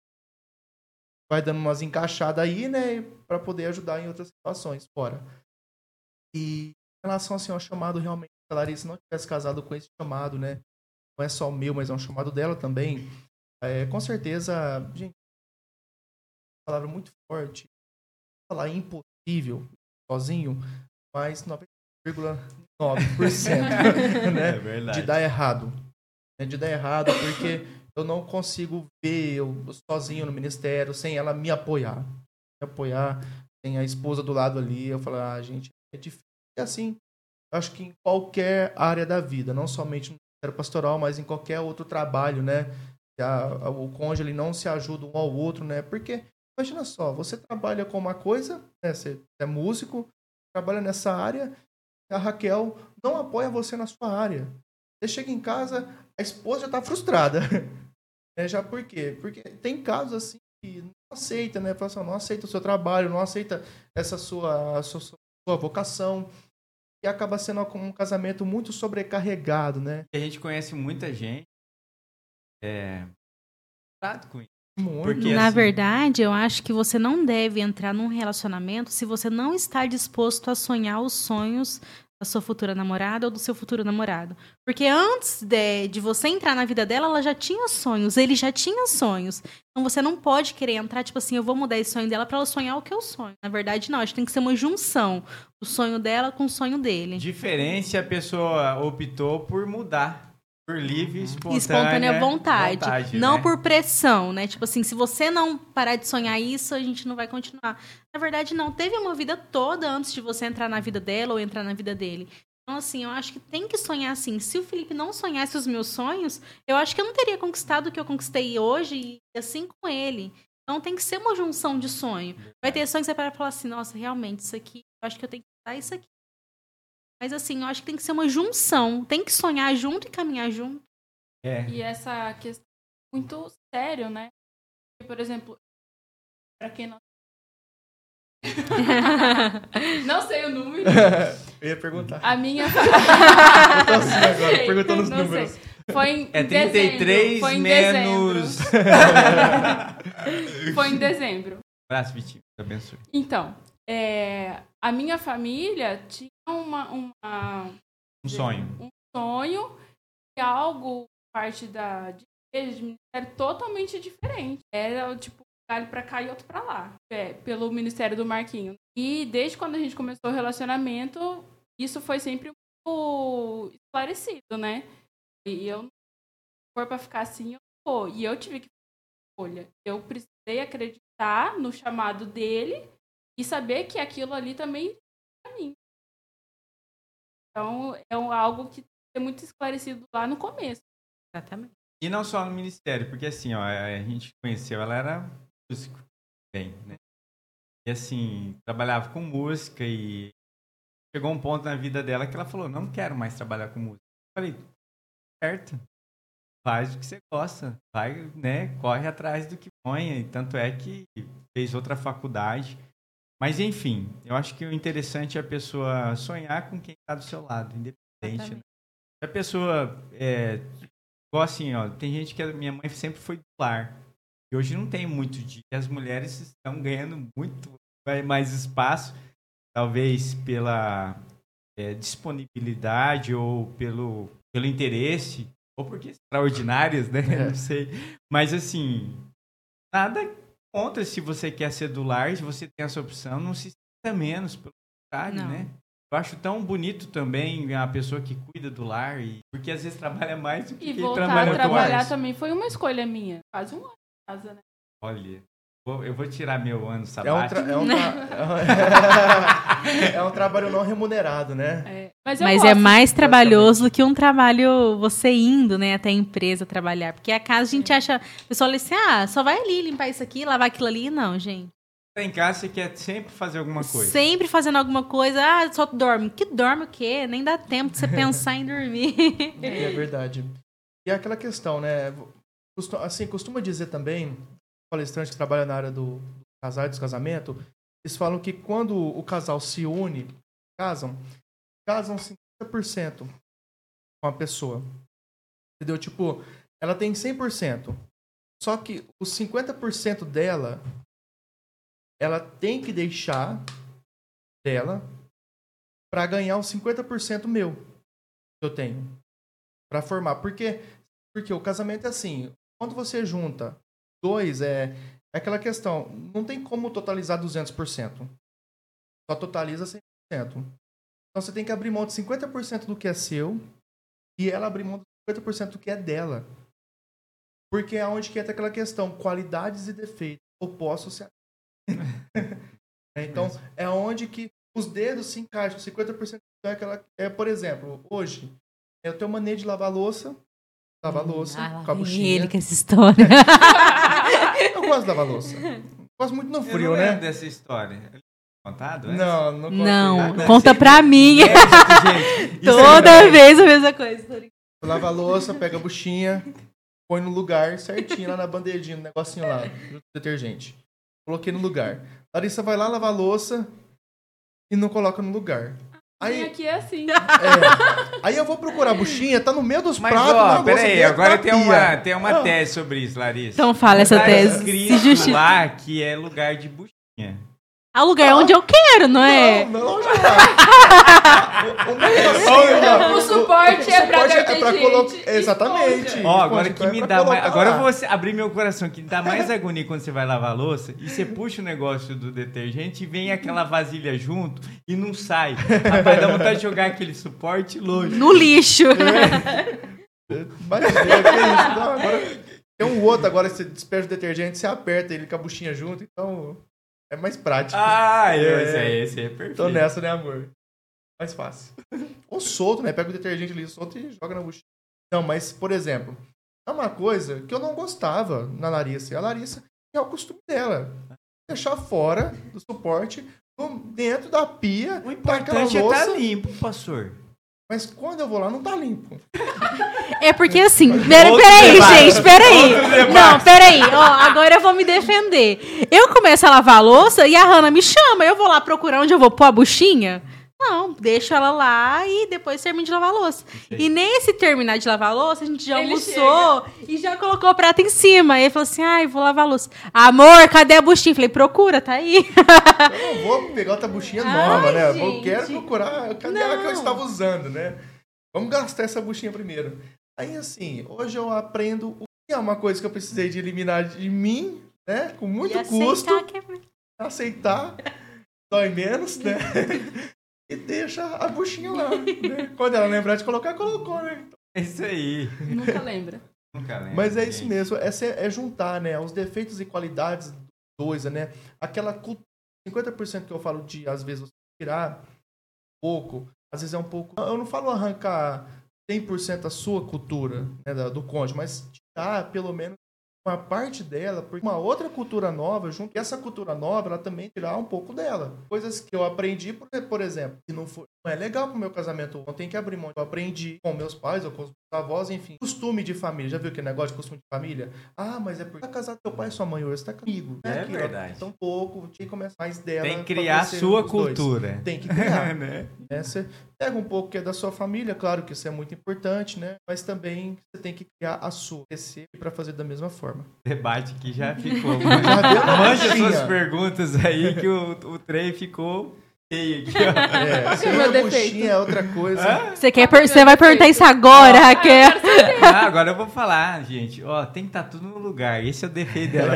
Vai dando umas encaixadas aí, né? Para poder ajudar em outras situações fora. E em relação assim, ao chamado, realmente, se a Larissa não tivesse casado com esse chamado, né? Não é só o meu, mas é um chamado dela também. É, com certeza, gente, uma palavra muito forte. Vou falar impossível, sozinho, mas noventa vírgula nove por cento né, É verdade. de dar errado. Né, de dar errado, porque eu não consigo ver eu sozinho no ministério, sem ela me apoiar. Me apoiar, sem a esposa do lado ali. Eu falo, ah, gente, é difícil. É assim, acho que em qualquer área da vida, não somente no ministério pastoral, mas em qualquer outro trabalho, né? A, a, o cônjuge ele não se ajuda um ao outro, né? Porque, imagina só, você trabalha com uma coisa, né? Você é músico, trabalha nessa área, a Raquel não apoia você na sua área. Você chega em casa, a esposa já está frustrada. É, já por quê? Porque tem casos assim que não aceita, né? Fala assim, não aceita o seu trabalho, não aceita essa sua, sua, sua vocação. E acaba sendo um casamento muito sobrecarregado, né? A gente conhece muita gente é, com isso. Muito. Porque, Na assim, verdade, eu acho que você não deve entrar num relacionamento se você não está disposto a sonhar os sonhos da sua futura namorada ou do seu futuro namorado. Porque antes de, de você entrar na vida dela, ela já tinha sonhos, ele já tinha sonhos. Então você não pode querer entrar, tipo assim, eu vou mudar esse sonho dela para ela sonhar o que eu sonho. Na verdade, não. Acho que tem que ser uma junção. O sonho dela com o sonho dele. Diferente se a pessoa optou por mudar. Por livre e espontânea, Espontânea vontade, vontade, não né? por pressão, né? Tipo assim, se você não parar de sonhar isso, a gente não vai continuar. Na verdade, não. Teve uma vida toda antes de você entrar na vida dela ou entrar na vida dele. Então, assim, eu acho que tem que sonhar assim. Se o Felipe não sonhasse os meus sonhos, eu acho que eu não teria conquistado o que eu conquistei hoje e assim com ele. Então, tem que ser uma junção de sonho. Vai ter sonho que você vai falar assim, nossa, realmente, isso aqui, eu acho que eu tenho que dar isso aqui. Mas, assim, eu acho que tem que ser uma junção. Tem que sonhar junto e caminhar junto. É. E essa questão é muito sério, né? Por exemplo, pra quem não... não sei o número. Eu ia perguntar. A minha... Eu tô assim agora, Sei, perguntando os não números. sei. Foi em É trinta e três dezembro. Foi em menos... dezembro. Foi em dezembro. Abraço, Vitinho. Deus abençoe. Então, é, a minha família tinha uma, uma, Um sonho. um sonho e algo, parte da de igreja, de ministério, totalmente diferente. Era, tipo, um galho pra cá e outro pra lá. É, pelo Ministério do Marquinho. E desde quando a gente começou o relacionamento, isso foi sempre muito esclarecido, né? E eu, se for pra ficar assim, eu vou. E eu tive que fazer escolha. Eu precisei acreditar no chamado dele e saber que aquilo ali também é pra mim. Então, é algo que tem que ser muito esclarecido lá no começo. Exatamente. E não só no ministério, porque assim, ó, a gente conheceu, ela era músico, bem, né? E assim, trabalhava com música e chegou um ponto na vida dela que ela falou, não quero mais trabalhar com música. Eu falei, certo, faz o que você gosta, vai, né, corre atrás do que ponha. E tanto é que fez outra faculdade. Mas enfim, eu acho que o interessante é a pessoa sonhar com quem está do seu lado, independente. Né? Se a pessoa é, igual assim, ó, tem gente que a minha mãe sempre foi do lar. E hoje não tem muito de... As mulheres estão ganhando muito mais espaço, talvez pela é, disponibilidade ou pelo, pelo interesse, ou porque extraordinárias, né? É. Não sei. Mas assim, nada contra se você quer ser do lar, se você tem essa opção, não se sinta menos, pelo contrário, Não. né? Eu acho tão bonito também a pessoa que cuida do lar, e, porque às vezes trabalha mais do que E quem voltar trabalha a com trabalhar lar. também foi uma escolha minha. Quase um ano em casa, né? Olha, vou- eu vou tirar meu ano É um, sabático. tra- é, um tra- é um trabalho não remunerado, né? É, mas eu Mas é gosto. mais trabalhoso do que um trabalho você indo, né, até a empresa trabalhar. Porque a casa a gente acha... O pessoal fala assim, ah, só vai ali limpar isso aqui, lavar aquilo ali. Não, gente. Tá em casa, você quer sempre fazer alguma coisa. Sempre fazendo alguma coisa. Ah, só dorme. Que dorme o quê? Nem dá tempo de você pensar em dormir. É verdade. E é aquela questão, né? Costu- Assim, costuma dizer também, palestrante que trabalha na área do, do casal e dos casamentos, eles falam que quando o casal se une, casam, casam cinquenta por cento com a pessoa. Entendeu? Tipo, ela tem cem por cento. Só que os cinquenta por cento dela, ela tem que deixar dela para ganhar os cinquenta por cento meu que eu tenho. Para formar. Porque, porque o casamento é assim, quando você junta dois, é, é aquela questão, não tem como totalizar duzentos por cento. Só totaliza cem por cento. Então você tem que abrir mão de cinquenta por cento do que é seu e ela abrir mão de cinquenta por cento do que é dela. Porque é onde que entra aquela questão, qualidades e defeitos opostos se Então, é onde que os dedos se encaixam, cinquenta por cento é aquela... É, por exemplo, hoje, eu tenho mania de lavar louça, lavar hum, louça, ah, com a buchinha. Ele com essa história. Eu gosto de lavar louça. Gosto muito no frio, eu não né? lembro dessa história. Contado? Não, não contei. Não, Ah, conta sempre... pra mim. É, gente, Toda é vez a mesma coisa. Lava a louça, pega a buchinha, põe no lugar certinho, lá na bandejinha, no negocinho lá, do detergente. Coloquei no lugar. Larissa vai lá lavar a louça e não coloca no lugar. Aí, aqui é assim. É, aí eu vou procurar a buchinha, tá no meio dos Mas, pratos. ó, peraí, agora tem uma, tem uma ah. tese sobre isso, Larissa. Então fala essa tá tese. escrito Se justi... lá que é lugar de buchinha. É o lugar ah. onde eu quero, não é? Não, não, já tá. o, o, o, o suporte é pra é pra colocar. Exatamente. Ó, agora que é me dá mais. Agora lá. eu vou abrir meu coração, que dá mais agonia quando você vai lavar a louça e você puxa o negócio do detergente e vem aquela vasilha junto e não sai. Rapaz, dá vontade de jogar aquele suporte longe. No lixo. É. Mas é, que isso? Não, agora tem um outro, agora você despeja o detergente, você aperta ele com a buchinha junto, então. É mais prático. Ah, é, esse aí, esse aí é perfeito. Tô nessa, né, amor? Mais fácil. Ou solto, né? Pega o detergente ali, solto e joga na buchinha. Não, mas, por exemplo, é uma coisa que eu não gostava na Larissa. A Larissa é o costume dela. Deixar fora do suporte, dentro da pia. O importante é estar limpo, pastor. Mas quando eu vou lá, não tá limpo. É porque assim... Peraí, peraí gente, peraí. Não, peraí. Ó, agora eu vou me defender. Eu começo a lavar a louça e a Hannah me chama. Eu vou lá procurar onde eu vou pôr a buchinha? Não, deixo ela lá e depois termino de lavar a louça. Sim. E nesse terminar de lavar a louça, a gente já ele almoçou chega. E já colocou o prato em cima. Aí ele falou assim, ai, vou lavar a louça. Amor, cadê a buchinha? Falei, procura, tá aí. Eu não vou pegar outra buchinha nova, ai, né? Gente. Eu quero procurar, cadê não. a que eu estava usando, né? Vamos gastar essa buchinha primeiro. Aí, assim, hoje eu aprendo o que é uma coisa que eu precisei de eliminar de mim, né? Com muito e custo. Aceitar, que é... aceitar dói menos, né? E deixa a buchinha lá, né? Quando ela lembrar de colocar, colocou, né? É isso aí. Nunca lembra. Nunca lembra. Mas é isso mesmo, é, ser, é juntar, né? Os defeitos e qualidades dos dois, né? Aquela cultura, cinquenta por cento que eu falo de, às vezes, você tirar um pouco, às vezes é um pouco... Eu não falo arrancar cem por cento a sua cultura, né, do cônjuge, mas tirar, pelo menos, uma parte dela, porque uma outra cultura nova, junto, e essa cultura nova, ela também tirar um pouco dela. Coisas que eu aprendi, por, por exemplo, que não, for, não é legal pro meu casamento, eu tenho que abrir mão. Eu aprendi com meus pais ou com os meus avós, enfim. Costume de família, já viu aquele negócio de costume de família? Ah, mas é porque tá casado com teu pai e sua mãe hoje, você tá comigo. É, né? Aqui, verdade. Então, pouco, tinha que começar mais dela. Tem que criar a sua cultura. Dois. Tem que criar. né? É, você pega um pouco que é da sua família, claro que isso é muito importante, né? Mas também você tem que criar a sua, crescer para fazer da mesma forma. Debate que já ficou. Já mande suas perguntas aí que o, o trem ficou feio aqui, ó. É, se uma buchinha é outra coisa. Hã? Você, quer per- você vai perguntar isso agora, ah, Raquel? Ah, agora eu vou falar, gente. Ó, tem que estar tudo no lugar. Esse é o defeito dela.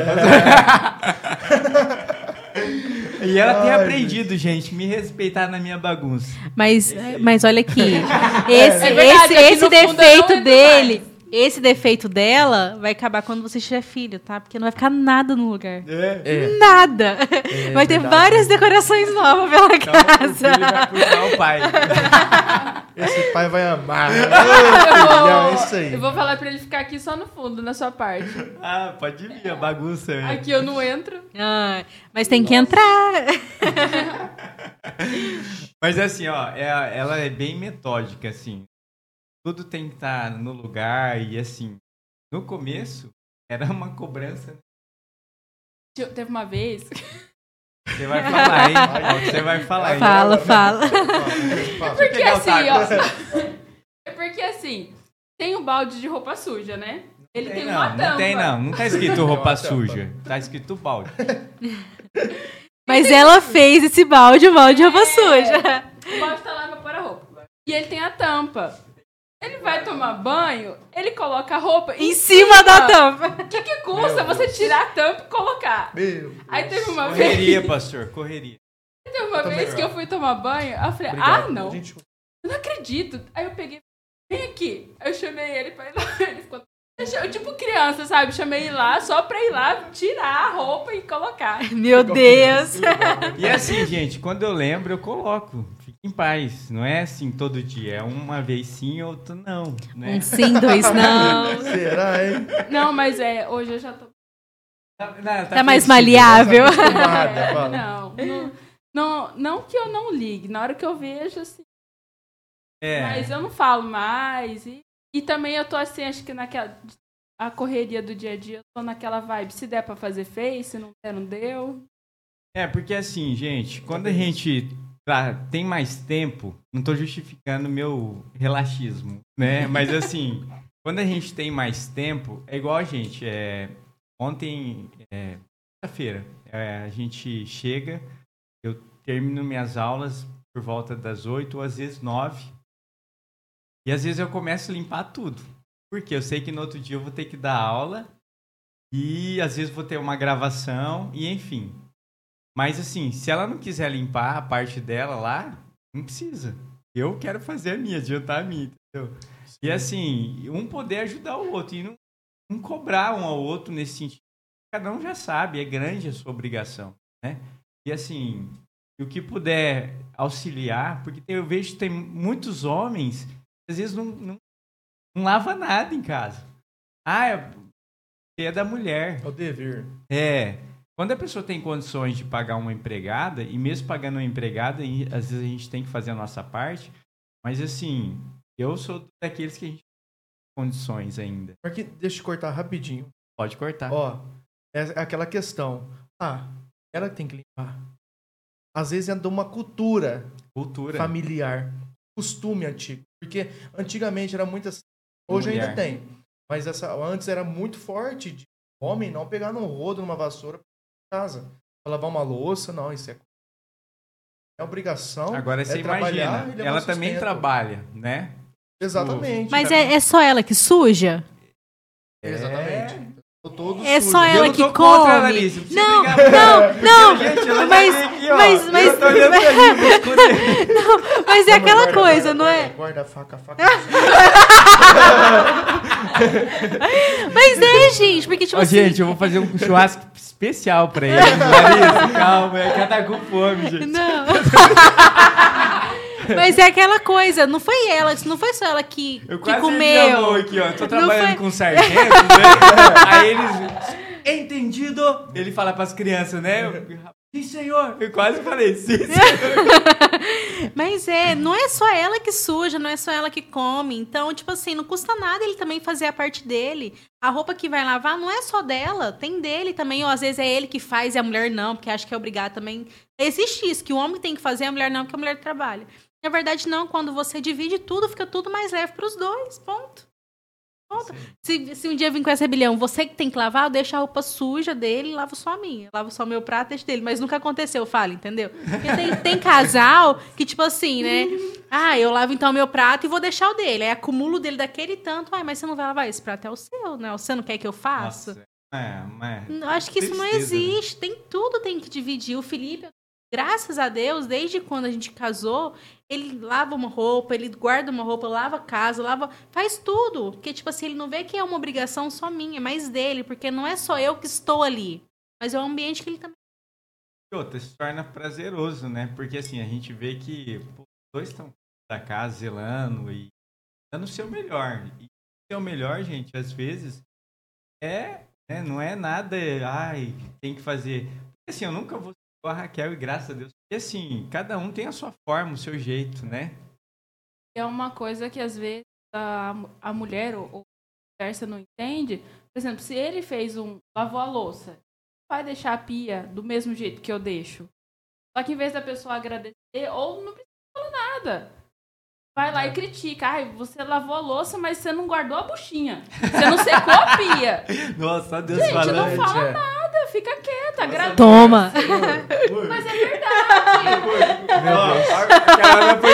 E ela Ai, tem aprendido, gente. gente, me respeitar na minha bagunça. Mas, mas olha aqui. Esse, é verdade, esse, esse defeito é dele, mais. esse defeito dela vai acabar quando você tiver filho, tá? Porque não vai ficar nada no lugar. É. É. Nada. É, vai ter verdade. várias decorações novas pela então, casa. O filho vai puxar o pai. Esse pai vai amar. Eu vou, vou, é isso aí. eu vou falar pra ele ficar aqui só no fundo, na sua parte. Ah, pode vir, a bagunça. Mesmo. Aqui eu não entro. Ah, mas tem que entrar. Mas assim, ó, é, ela é bem metódica, assim. Tudo tem que estar no lugar e assim. No começo, era uma cobrança. Teve uma vez... Você vai falar, hein? Você vai falar, hein? Fala, fala. É porque assim, ó. É porque assim, tem um balde de roupa suja, né? Ele tem, tem uma não, tampa. não tem não, não tá escrito roupa suja, tá escrito balde. Mas ela fez esse balde, o balde de roupa É. suja. O balde tá lá pra pôr a roupa. E ele tem a tampa. Ele vai tomar banho, ele coloca a roupa Em cima da tampa. O que, que custa você tirar a tampa e colocar? Meu Aí teve uma vez, Correria, pastor, correria. teve uma Eu também, vez que ó. eu fui tomar banho, eu falei, Obrigado. ah, não, Gente, eu não acredito. Aí eu peguei, vem aqui. Aí eu chamei ele pra ir lá, ele ficou... Eu, tipo criança, sabe? Chamei ele lá só pra ir lá tirar a roupa e colocar. Meu Deus. E assim, gente, quando eu lembro, eu coloco. Fique em paz. Não é assim todo dia. É uma vez sim, outra não. Né? Um sim, dois não. será, hein? Não, mas é, hoje eu já tô... Tá, não, Tá mais flexível. maleável. Acostumada, É, fala. não, não, não, não que eu não ligue. Na hora que eu vejo, assim... É. Mas eu não falo mais. E, e também eu tô assim, acho que naquela... A correria do dia a dia, eu tô naquela vibe. Se der pra fazer, fez. Se não der, não deu. É, porque assim, gente, quando a gente tá, tem mais tempo, não tô justificando meu relaxismo, né? Mas assim, quando a gente tem mais tempo, é igual a gente. É, ontem, é, quinta-feira, é, a gente chega, eu termino minhas aulas por volta das oito, ou às vezes nove. E às vezes eu começo a limpar tudo. Porque eu sei que no outro dia eu vou ter que dar aula e às vezes vou ter uma gravação e enfim. Mas assim, se ela não quiser limpar a parte dela lá, não precisa. Eu quero fazer a minha, adiantar a minha, entendeu? E assim, um poder ajudar o outro e não, não cobrar um ao outro nesse sentido. Cada um já sabe, é grande a sua obrigação, né? E assim, o que puder auxiliar, porque eu vejo que tem muitos homens que às vezes não, não Não lava nada em casa. Ah, é, é da mulher. É o dever. É. Quando a pessoa tem condições de pagar uma empregada, e mesmo pagando uma empregada, e às vezes a gente tem que fazer a nossa parte, mas assim, eu sou daqueles que a gente tem condições ainda. Porque, deixa eu cortar rapidinho. Pode cortar. Ó, é aquela questão. Ah, ela tem que limpar. Às vezes é de uma cultura Cultura. familiar. Costume antigo. Porque antigamente era muito assim. Hoje Mulher. ainda tem. Mas essa, antes era muito forte de homem não pegar num rodo, numa vassoura pra casa. Pra lavar uma louça, não. Isso é, é obrigação. Agora você é trabalhar imagina, e levar ela sustento. também trabalha, né? Exatamente. Mas é, é só ela que suja? Exatamente. Tô todo É sujo. só Eu ela não que tô contra a come. Larissa, não precisa Não, brigar por não, ela. não. Gente, ela já Mas- veio aqui, ó. mas- mas- Eu tô olhando pra mim, vou escolher. Mas é Não, aquela guarda, coisa, guarda, não é? Guarda a faca, a faca. Mas é, gente, porque tipo Ó, assim... gente, eu vou fazer um churrasco especial pra ele. Larissa, calma, é que ela tá com fome, gente. Não. Mas é aquela coisa, não foi ela, não foi só ela que, Eu que quase me comeu. amou aqui, ó. Tô trabalhando foi- com sargento, né? Aí eles... Entendido? Ele fala pras crianças, né? Eu, sim, senhor. Eu quase falei, sim, senhor. Mas é, não é só ela que suja, não é só ela que come. Então, tipo assim, não custa nada ele também fazer a parte dele. A roupa que vai lavar não é só dela, tem dele também. Ou às vezes é ele que faz e a mulher não, porque acha que é obrigado também. Existe isso, que o homem tem que fazer, a mulher não, porque a mulher trabalha. Na verdade, não. Quando você divide tudo, fica tudo mais leve pros dois. Ponto. Ponto. Se, se um dia vir com essa rebelião, você que tem que lavar, eu deixo a roupa suja dele e lavo só a minha. Lavo só o meu prato, deixo dele. Mas nunca aconteceu, fala, entendeu? Porque tem, tem casal que, tipo assim, né? Ah, eu lavo então o meu prato e vou deixar o dele. Aí acumulo dele daquele tanto. Ah, mas você não vai lavar? Esse prato é o seu, né? Você não quer que eu faça? Nossa, é, mas... Eu acho que isso não Tristeza, né? existe. Tem tudo, tem que dividir. O Felipe, graças a Deus, desde quando a gente casou, ele lava uma roupa, ele guarda uma roupa, lava a casa, lava, faz tudo. Porque, tipo assim, ele não vê que é uma obrigação só minha, é mais dele, porque não é só eu que estou ali, mas é o ambiente que ele também. E outra, se torna prazeroso, né? Porque assim, a gente vê que pô, os dois estão da casa zelando e dando o seu melhor. E o seu melhor, gente, às vezes, é, né, não é nada, ai, tem que fazer. Porque assim, eu nunca vou ser a Raquel e graças a Deus. Porque assim, cada um tem a sua forma, o seu jeito, né? É uma coisa que às vezes a, a mulher ou, ou a versa não entende. Por exemplo, se ele fez um... lavou a louça, vai deixar a pia do mesmo jeito que eu deixo. Só que em vez da pessoa agradecer, ou não precisa falar nada. vai lá e critica. Ai, você lavou a louça, mas você não guardou a buchinha. Você não secou a pia. Nossa, Deus Gente, falando. não fala é. nada, fica quieta, agradece. Toma! Mas é verdade. Ó, a cara foi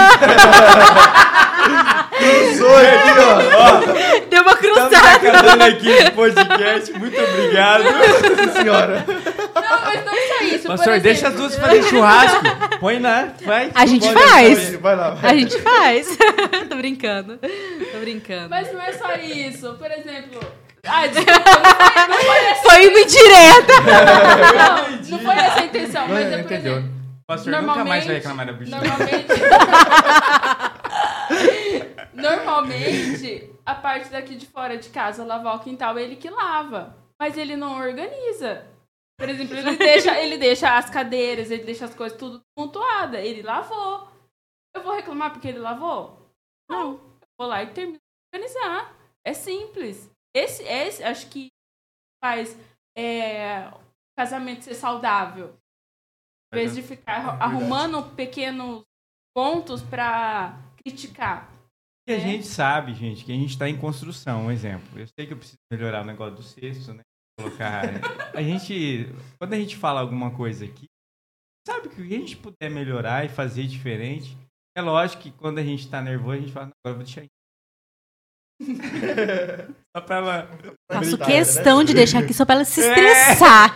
Cruzou aqui, ó. Deu uma Estamos cruzada. acabando aqui esse podcast. Muito obrigado. Nossa senhora. Não, mas não é só isso. Pastor, por deixa as exemplo. duas fazer churrasco. Põe lá, vai. A gente Pode, faz. pode, vai lá. A gente faz. Tô brincando. Tô brincando. Mas não é só isso. Por exemplo... Ai, desculpa, não foi, não foi essa Foi uma indireta. Não, não foi essa a intenção, Não, mas é por entendeu? exemplo... Pastor nunca mais vai reclamar da buchinha. Normalmente... Normalmente, a parte daqui de fora de casa, lavar o quintal, é ele que lava. Mas ele não organiza. Por exemplo, ele deixa, ele deixa as cadeiras, ele deixa as coisas tudo pontuadas. Ele lavou. Eu vou reclamar porque ele lavou? Não. Eu vou lá e termino de organizar. É simples. Esse, esse acho que faz é, o casamento ser saudável. Em vez de ficar É arrumando pequenos pontos pra criticar. E a É. gente sabe, gente, que a gente está em construção, um exemplo. Eu sei que eu preciso melhorar o negócio do cesto, né? Colocar. A gente. Quando a gente fala alguma coisa aqui, sabe que o que a gente puder melhorar e fazer diferente. É lógico que quando a gente tá nervoso, a gente fala, não, agora eu vou deixar aqui. Só pra ela. Faço Verdade, questão né? de deixar aqui só pra ela se estressar.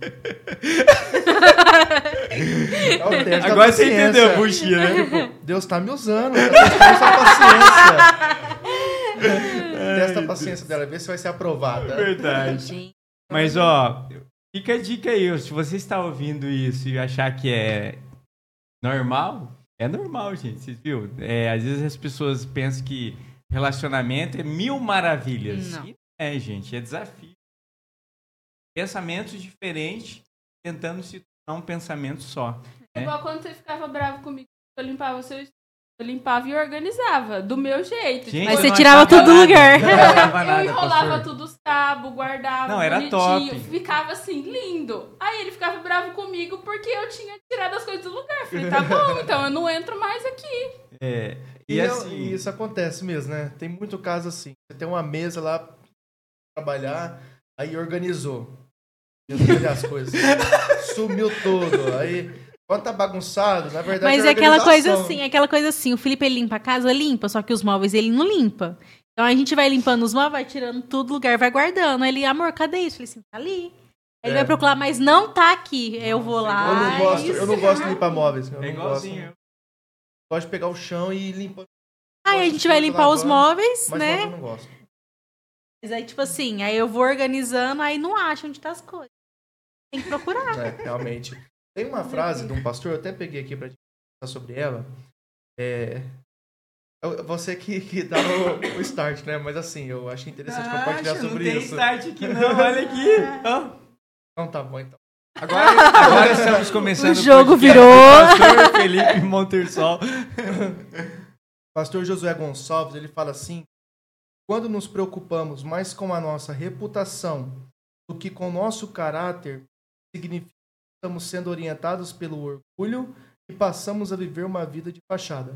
É o teste da Agora você paciência. entendeu a buchinha, né? Tipo, Deus tá me usando, tá testando sua paciência. Testa a paciência dela, vê se vai ser aprovada. Verdade. Gente. Mas, ó, fica a dica aí. Se você está ouvindo isso e achar que é normal, é normal, gente. Vocês viram? É, às vezes as pessoas pensam que relacionamento é mil maravilhas. Não. E não é, gente. É desafio. Pensamentos diferentes, tentando se tornar um pensamento só. É É. igual quando você ficava bravo comigo, eu limpava o seu estúdio. Eu limpava e organizava, do meu jeito. Gente, Mas eu você não tirava achava tudo do nada. lugar. Eu não achava Eu nada, enrolava pastor. tudo os cabos, guardava Não, era bonitinho, top. ficava assim, lindo. Aí ele ficava bravo comigo porque eu tinha tirado as coisas do lugar. Eu falei, tá bom, então eu não entro mais aqui. É. E, E, eu- assim, e isso acontece mesmo, né? Tem muito caso assim. Você tem uma mesa lá pra trabalhar, aí organizou. Organizou as coisas. Sumiu tudo. Aí, quando tá bagunçado, na verdade Mas é é aquela coisa organização. assim, é aquela coisa assim, o Felipe ele limpa a casa, limpa, só que os móveis ele não limpa. Então a gente vai limpando os móveis, vai tirando tudo do lugar, vai guardando. Aí ele, amor, cadê isso? Eu falei assim, tá ali. Aí ele É. vai procurar, mas não tá aqui. Aí eu vou lá. Eu não gosto, eu não isso. gosto de limpar móveis. Eu é não igualzinho. gosto. Gosto de pegar o chão e limpar. Aí a gosto gente de vai coisa limpar os lavando, móveis, Mas né? móvel eu não gosto. Mas aí, tipo assim, aí eu vou organizando, aí não acho onde tá as coisas. Tem que procurar. É, realmente. Tem uma frase de um pastor, eu até peguei aqui pra gente falar sobre ela. É. eu- Você que, que dá o, o start, né? Mas assim, eu acho interessante compartilhar Acha, sobre não tem isso. start aqui não, olha aqui. Ó. Então tá bom, então. Agora, agora estamos começando O jogo podcast virou. com o pastor Felipe Montersol. Pastor Josué Gonçalves, ele fala assim: quando nos preocupamos mais com a nossa reputação do que com o nosso caráter, significa que estamos sendo orientados pelo orgulho e passamos a viver uma vida de fachada.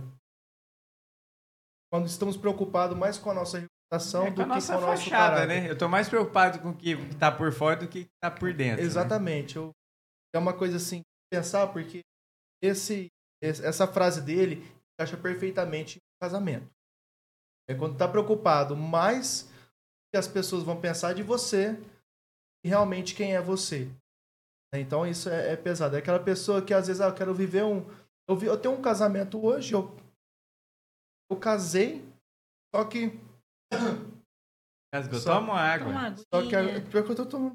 Quando estamos preocupados mais com a nossa reputação É do com a que nossa com o nosso fachada, caráter. né? Eu tô mais preocupado com o que tá por fora do que o que tá por dentro. né? Exatamente. Eu, é uma coisa assim, pensar, porque esse, esse- essa frase dele encaixa perfeitamente no casamento. É quando tá preocupado mais que as pessoas vão pensar de você e realmente quem é você. Então isso é, é pesado. É aquela pessoa que às vezes, ah, eu quero viver um... Eu, vi, eu tenho um casamento hoje, eu, eu casei, só que... Casgou, Só- toma água. Toma uma Só que aguinha. é, pior que eu tô tomando...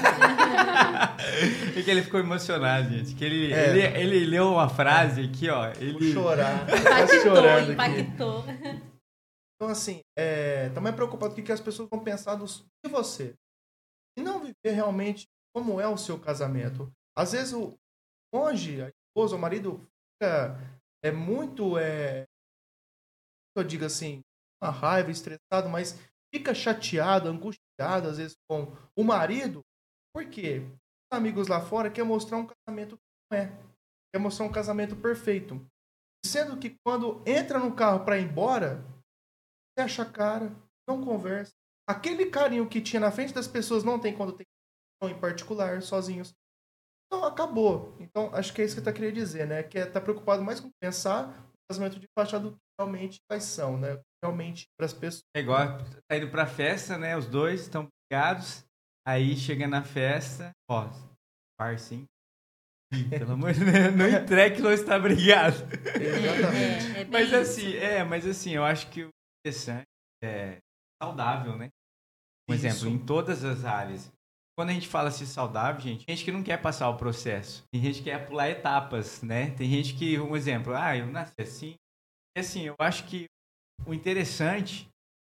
Porque ele ficou emocionado, gente. Que ele, É. ele, ele leu uma frase aqui, ó. Vou Ele... chorar. Tô Impactou, chorando aqui. impactou. Então, assim, é, também preocupado com o que as pessoas vão pensar do, de você. E não viver realmente como é o seu casamento. Às vezes, o cônjuge, a esposa, o marido, fica é, muito, é, eu digo assim, uma raiva, estressado, mas fica chateado, angustiado, às vezes, com o marido. Por quê? Os amigos lá fora querem mostrar um casamento que não é. Quer mostrar um casamento perfeito. Sendo que quando entra no carro para ir embora, fecha a cara, não conversa. Aquele carinho que tinha na frente das pessoas não tem quando tem em particular, sozinhos. Então, acabou. Então, acho que é isso que eu tá querendo dizer, né? Que é tá preocupado mais com pensar no casamento de fachada do que realmente quais são, né? Realmente para as pessoas. É igual, tá indo pra festa, né? Os dois estão brigados. Aí chega na festa, ó, par sim. Pelo amor de Deus, não entregue que não está brigado. Exatamente. É, é bem Mas isso. assim, é, mas assim, eu acho que o interessante é saudável, né? Por Isso. exemplo, em todas as áreas. Quando a gente fala assim saudável, gente, tem gente que não quer passar o processo. Tem gente que quer pular etapas, né? Tem gente que, um exemplo, ah, eu nasci assim. E assim, eu acho que o interessante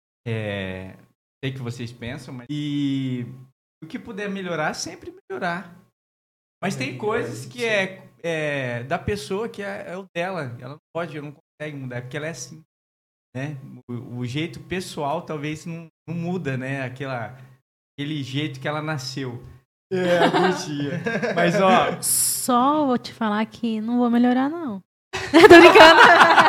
é, sei que vocês pensam, mas e o que puder melhorar, sempre melhorar. Mas tem coisas que é, é da pessoa que é, é o dela. Ela não pode, não consegue mudar, porque ela é assim, né? O, o jeito pessoal talvez não, não muda, né? Aquela, aquele jeito que ela nasceu. É, a curtia. Mas, ó... Só vou te falar que não vou melhorar, não. Tô brincando.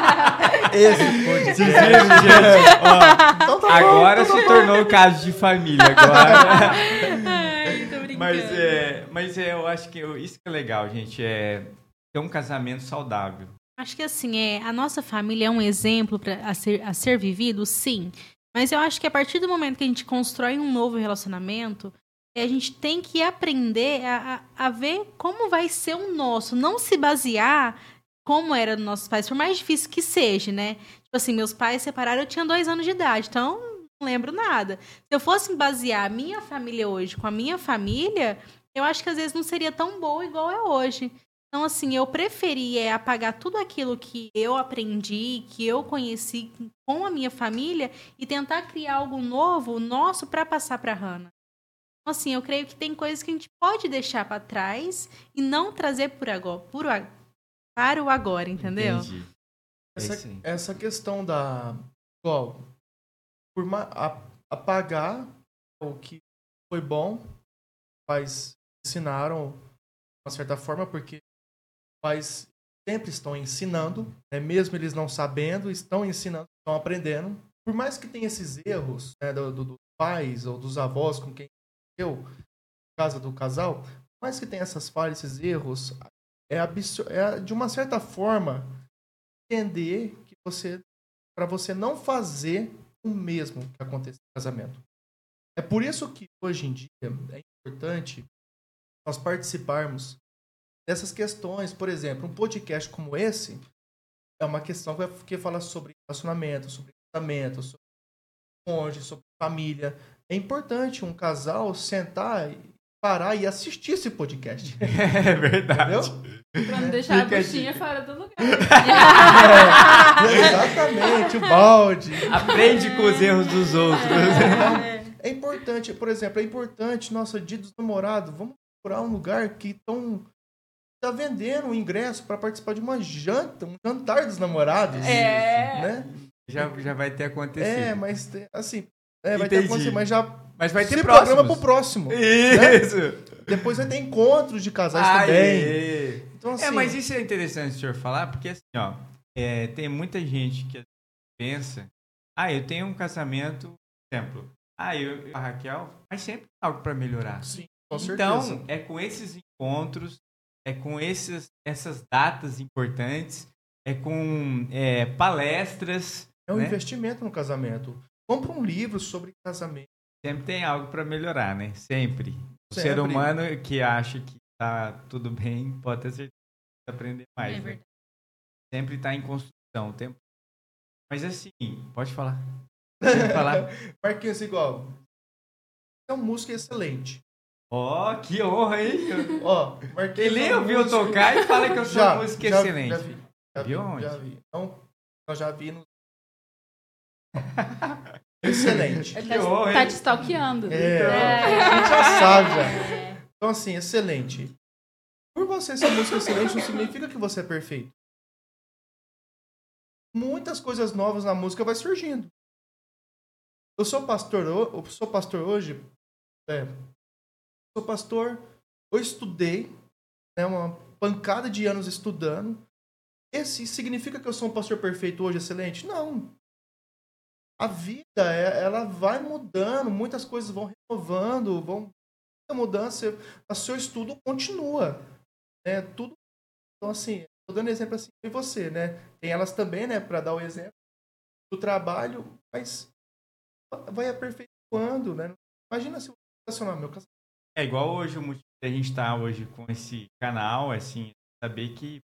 Esse foi Vocês viram, gente? Ó, Então tá bom, agora então se tá tornou caso de família. Agora... Ai, tô brincando. Mas, é, mas é, eu acho que eu- isso que é legal, gente. É ter um casamento saudável. Acho que assim, é, a nossa família é um exemplo pra, a, ser, a ser vivido, sim. Mas eu acho que a partir do momento que a gente constrói um novo relacionamento, a gente tem que aprender a, a, a ver como vai ser o nosso. Não se basear como era dos nossos pais, por mais difícil que seja, né? Tipo assim, meus pais se separaram, eu tinha dois anos de idade, então não lembro nada. Se eu fosse basear a minha família hoje com a minha família, eu acho que às vezes não seria tão boa igual é hoje. Então, assim, eu preferi é, apagar tudo aquilo que eu aprendi, que eu conheci com a minha família e tentar criar algo novo, nosso, para passar para a Hannah. Então, assim, eu creio que tem coisas que a gente pode deixar para trás e não trazer por agora, por, a- para o agora, entendeu? Entendi. É Essa, isso aí. essa questão da... Igual, por ma- a- apagar o que foi bom, os pais ensinaram de uma certa forma, porque os pais sempre estão ensinando, né? Mesmo eles não sabendo, estão ensinando, estão aprendendo. Por mais que tenha esses erros, né, do, do- dos pais ou dos avós com quem eu, no caso do casal, por mais que tenha essas falhas, esses erros, é, absur- é de uma certa forma entender que você, para você não fazer o mesmo que aconteceu no casamento. É por isso que hoje em dia é importante nós participarmos dessas questões. Por exemplo, um podcast como esse é uma questão que vai- que fala sobre relacionamento, sobre casamento, sobre cônjuge, sobre família. É importante um casal sentar, e parar e assistir esse podcast. É verdade. Entendeu? Pra não deixar Fica a a buchinha dica. fora do lugar. É, exatamente, o balde. Aprende com os erros dos outros. É importante, por exemplo, é importante, nossa, dia dos namorados, vamos procurar um lugar que estão tá vendendo o ingresso para participar de uma janta, um jantar dos namorados. É. Né? Já, já vai ter acontecido. É, mas assim, é, vai ter Entendi. acontecido, mas já Mas vai ter se próximos. programa pro próximo. Isso. Depois vai ter encontros de casais Aê. também. Então, assim, É, mas isso é interessante o senhor falar, porque assim, ó, é, tem muita gente que pensa, ah, eu tenho um casamento, por exemplo, ah, eu, eu a Raquel, mas sempre tem algo para melhorar. sim, com Então, certeza. é com esses encontros, é com esses, essas datas importantes, é com é, palestras, É um né? investimento no casamento. Compra um livro sobre casamento. Sempre tem algo para melhorar, né? Sempre. O Sempre. ser humano que acha que tá tudo bem, pode ter certeza de aprender mais. É né? verdade. Sempre está em construção. o Tempo... Mas assim, pode falar. Pode falar. Marquinhos, igual. É um músico excelente. Ó, que honra, hein? Ó, Marquinhos Ele é um ouviu músico- tocar e fala que eu sou Já, música já, excelente. Já vi. Já vi, Viu onde? já vi. Então, eu já vi no... Excelente. Ele Que honra, tá, tá hein? te stalkeando. É, É. a gente já sabe já. Então, assim, excelente. Por você ser músico excelente não significa que você é perfeito. Muitas coisas novas na música vai surgindo. Eu sou pastor, ho- eu sou pastor hoje, é, sou pastor, eu estudei, né, uma pancada de anos estudando, esse significa que eu sou um pastor perfeito hoje, excelente? Não. A vida, ela vai mudando, muitas coisas vão renovando, vão a mudança, o seu estudo continua, né? Tudo. Então, assim, estou dando exemplo assim de você, né? Tem elas também, né, para dar o exemplo do trabalho, mas vai aperfeiçoando, né? Imagina se eu estacionar meu casamento. É igual hoje, o motivo da gente estar hoje com esse canal, assim, saber que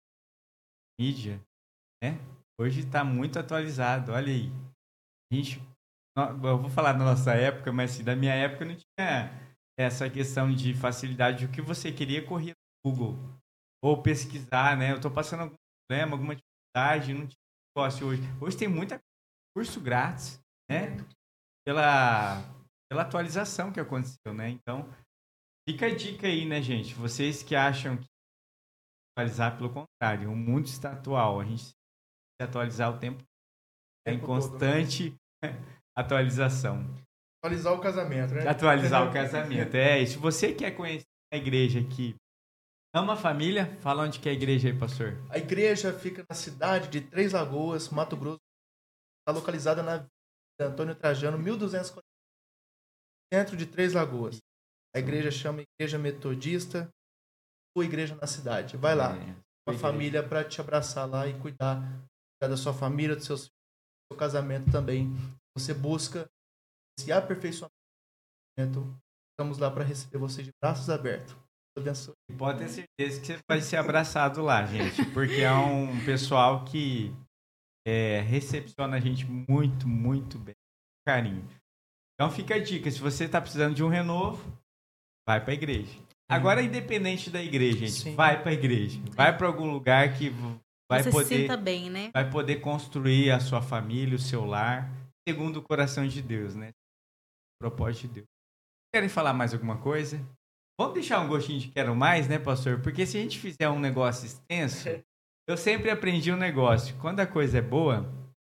mídia, né? Hoje está muito atualizado, olha aí. A gente, eu vou falar da nossa época, mas assim, da minha época não tinha essa questão de facilidade. O que você queria, corria no Google. Ou pesquisar, né? Eu estou passando algum problema, alguma dificuldade, não tinha negócio hoje. Hoje tem muita curso grátis, né? Pela, pela atualização que aconteceu, né? Então, fica a dica aí, né, gente? Vocês que acham que atualizar, pelo contrário, o mundo está atual. A gente tem que atualizar o tempo, é em constante todo, né? Atualização. Atualizar o casamento, né? Atualizar o casamento. É, e se você quer conhecer a igreja aqui, ama a família, fala onde que é a igreja aí, pastor. A igreja fica na cidade de Três Lagoas, Mato Grosso. Está localizada na Antônio Trajano, mil duzentos e quarenta, centro de Três Lagoas. A igreja chama Igreja Metodista ou Igreja na Cidade. Vai lá, é, uma família para te abraçar lá e cuidar, cuidar da sua família, dos seus filhos, do seu casamento também. Você busca esse aperfeiçoamento. Estamos lá para receber você de braços abertos. Abençoe. Pode ter certeza que você vai ser abraçado lá, gente, porque é um pessoal que é, recepciona a gente muito, muito bem, com carinho. Então fica a dica, se você está precisando de um renovo, vai para a igreja. Agora, independente da igreja, gente, Sim. vai para a igreja. Vai para algum lugar que vai você poder, se sinta bem, né? vai poder construir a sua família, o seu lar, segundo o coração de Deus, né? O propósito de Deus. Querem falar mais alguma coisa? Vamos deixar um gostinho de quero mais, né, pastor? Porque se a gente fizer um negócio extenso, eu sempre aprendi um negócio. Quando a coisa é boa,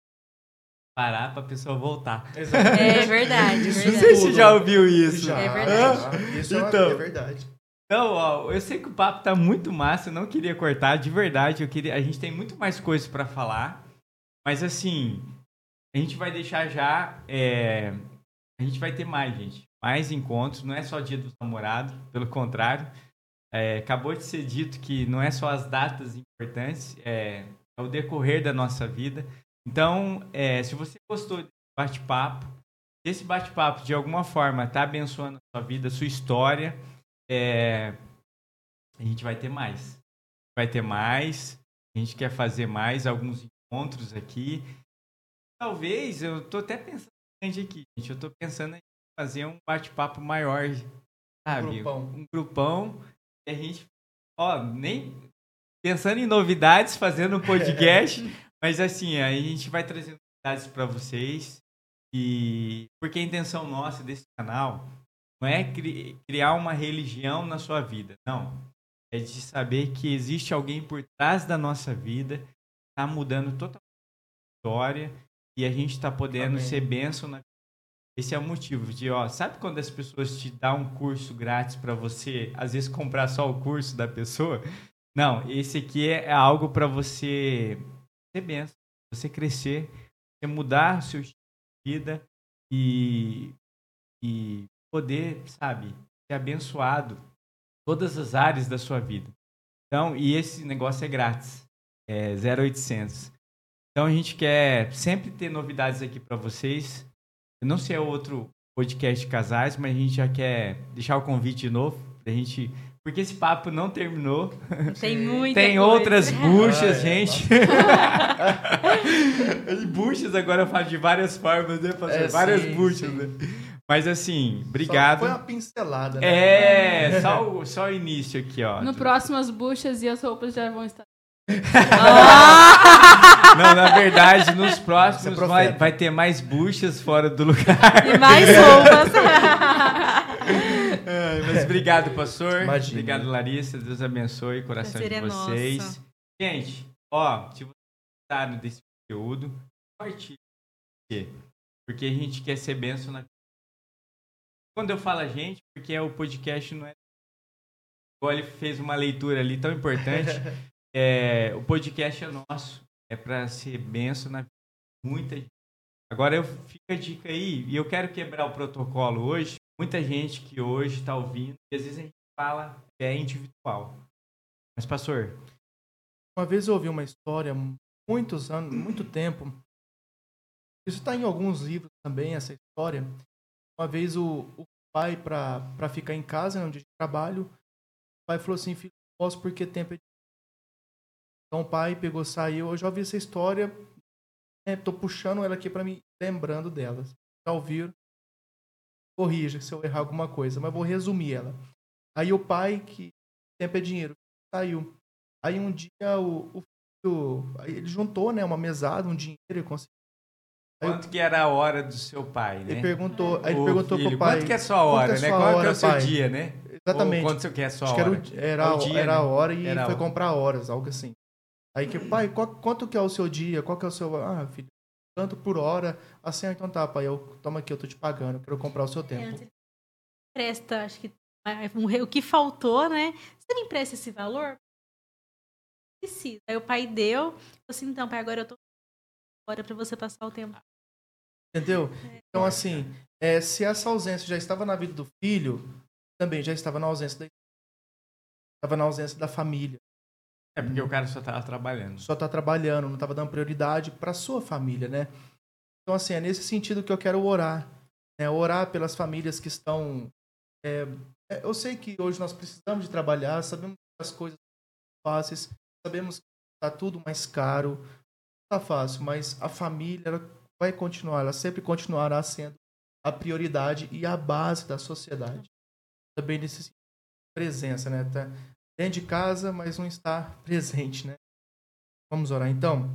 parar para a pessoa voltar. Exato. É verdade. Não sei se você já ouviu isso. Já, é verdade. Ah, isso então, é verdade. Então, ó, eu sei que o papo tá muito massa, eu não queria cortar, de verdade, eu queria, a gente tem muito mais coisas para falar, mas assim, a gente vai deixar já, é, a gente vai ter mais, gente, mais encontros, não é só dia dos namorados, pelo contrário, é, acabou de ser dito que não é só as datas importantes, é, é o decorrer da nossa vida. Então, é, se você gostou desse bate-papo, esse bate-papo de alguma forma está abençoando a sua vida, a sua história, é, a gente vai ter mais. Vai ter mais, a gente quer fazer mais alguns encontros aqui. Talvez, eu estou até pensando aqui, gente, eu estou pensando em fazer um bate-papo maior, sabe? Um grupão. Um grupão, e a gente, ó, nem pensando em novidades, fazendo um podcast... Mas assim, a gente vai trazer novidades para vocês, e porque a intenção nossa desse canal não é cri... criar uma religião na sua vida, não. É de saber que existe alguém por trás da nossa vida, está mudando totalmente a história, e a gente está podendo Amém. Ser bênção na vida. Esse é o motivo de, ó, sabe quando as pessoas te dão um curso grátis para você, às vezes, comprar só o curso da pessoa? Não, esse aqui é algo para você... ser benção, você crescer, você mudar seu estilo de vida e, e poder, sabe, ser abençoado em todas as áreas da sua vida. Então, e esse negócio é grátis, é zero oitocentos. Então, a gente quer sempre ter novidades aqui para vocês. Eu não sei outro podcast de casais, mas a gente já quer deixar o convite de novo pra gente... Porque esse papo não terminou. Tem muita Tem coisa. outras buchas, Ah, é, gente. E buchas agora eu falo de várias formas, né, pastor? É, várias sim, buchas, sim. né? Mas assim, obrigado. Só foi uma pincelada, né? É, só o, só o início aqui, ó. No próximo as buchas e as roupas já vão estar. Não, na verdade, nos próximos Você é vai, profeta. vai ter mais buchas fora do lugar. E mais roupas. Ai, mas obrigado, pastor. Imagina. Obrigado, Larissa. Deus abençoe o coração Prazer de é vocês. nosso. Gente, ó, se você gostaram desse conteúdo, compartilhe. Por quê? Porque a gente quer ser bênção na vida. Quando eu falo a gente, porque o podcast não é... Igual ele fez uma leitura ali tão importante. é, o podcast é nosso, é para ser benção na vida de muita gente. Agora, eu fico a dica aí, e eu quero quebrar o protocolo hoje. Muita gente que hoje está ouvindo, e às vezes a gente fala é individual. Mas, pastor... Uma vez eu ouvi uma história, muitos anos, muito tempo. Isso está em alguns livros também, essa história. Uma vez o, o pai, para ficar em casa, né, um dia de trabalho, o pai falou assim, filho, não posso porque tempo é de... Então o pai pegou, saiu, eu já ouvi essa história, estou né, puxando ela aqui para mim, lembrando dela. Já ouviram? Corrija se eu errar alguma coisa, mas vou resumir ela. Aí o pai, que tempo é dinheiro, saiu. Aí um dia o, o filho, ele juntou, né, uma mesada, um dinheiro, ele conseguiu. Quanto que era a hora do seu pai, né? Ele perguntou, aí ele Ô, perguntou filho, pro pai. Quanto que é a sua hora, é né? sua Qual hora, que é o seu pai? dia, né? Exatamente. Ou quanto que é a sua Acho hora? que era, era, É o dia, era né? a hora e Era foi a- comprar horas, algo assim. Aí que, pai, qual, quanto que é o seu dia? Qual que é o seu... Ah, filho, tanto por hora. Assim, ah, então tá, pai, eu, toma aqui, eu tô te pagando, eu quero comprar o seu tempo. Presta, acho que o que faltou, né? Você me empresta esse valor? Precisa. Aí o pai deu, falou assim, então, pai, agora eu tô fora pra você passar o tempo. Entendeu? Então, assim, é, se essa ausência já estava na vida do filho, também já estava na ausência da estava na ausência da família. É porque o cara só tava trabalhando. Só tá trabalhando, não estava dando prioridade para sua família, né? Então, assim, é nesse sentido que eu quero orar. Né? Orar pelas famílias que estão... É, é, eu sei que hoje nós precisamos de trabalhar, sabemos que as coisas são fáceis, sabemos que está tudo mais caro, não está fácil, mas a família ela vai continuar, ela sempre continuará sendo a prioridade e a base da sociedade. Também nesse sentido, presença, né? Tá dentro de casa, mas não está presente, né? Vamos orar então?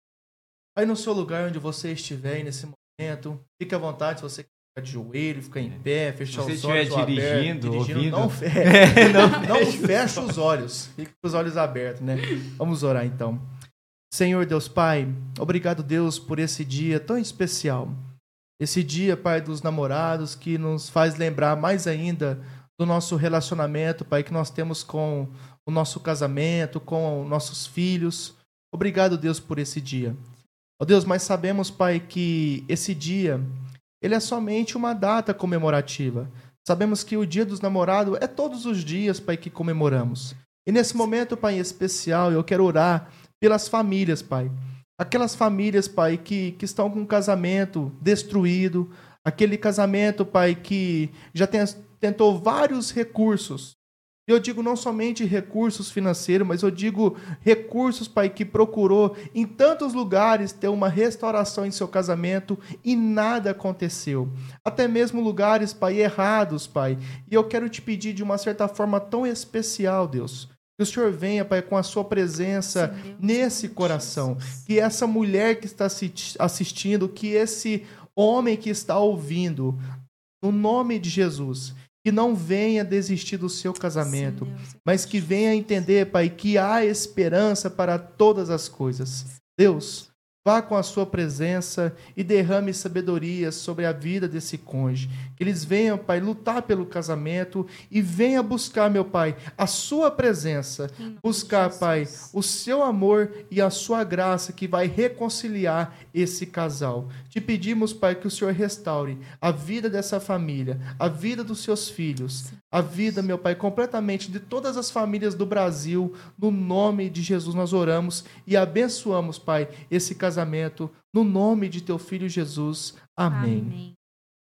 Aí no seu lugar onde você estiver aí nesse momento, fique à vontade se você quer ficar de joelho, ficar em pé, fechar Se os você olhos. estiver ou dirigindo, aberto, dirigindo, ouvindo. não, fe... não, não fecha os olhos. Fique com os olhos abertos, né? Vamos orar então. Senhor Deus Pai, obrigado Deus por esse dia tão especial. Esse dia, Pai, dos namorados que nos faz lembrar mais ainda do nosso relacionamento, Pai, que nós temos com o nosso casamento, com nossos filhos. Obrigado Deus por esse dia. Ó Deus, mas sabemos, Pai, que esse dia, ele é somente uma data comemorativa. Sabemos que o dia dos namorados é todos os dias, Pai, que comemoramos. E nesse momento, Pai, em especial, eu quero orar pelas famílias, Pai. Aquelas famílias, Pai, que, que estão com um casamento destruído. Aquele casamento, Pai, que já tem, tentou vários recursos. Eu digo não somente recursos financeiros, mas eu digo recursos, Pai, que procurou em tantos lugares ter uma restauração em seu casamento e nada aconteceu. Até mesmo lugares, Pai, errados, Pai. E eu quero te pedir de uma certa forma tão especial, Deus, que o Senhor venha, Pai, com a sua presença Sim, nesse coração. Que essa mulher que está assistindo, que esse homem que está ouvindo, no nome de Jesus, que não venha desistir do seu casamento, Sim, Deus, mas que venha entender, Pai, que há esperança para todas as coisas. Deus, vá com a sua presença e derrame sabedoria sobre a vida desse cônjuge. Que eles venham, Pai, lutar pelo casamento e venha buscar, meu Pai, a sua presença. Buscar, Pai, o seu amor e a sua graça que vai reconciliar esse casal. Te pedimos, Pai, que o Senhor restaure a vida dessa família, a vida dos seus filhos, a vida, meu Pai, completamente de todas as famílias do Brasil. No nome de Jesus nós oramos e abençoamos, Pai, esse casamento, no nome de teu Filho Jesus. Amém. Amém.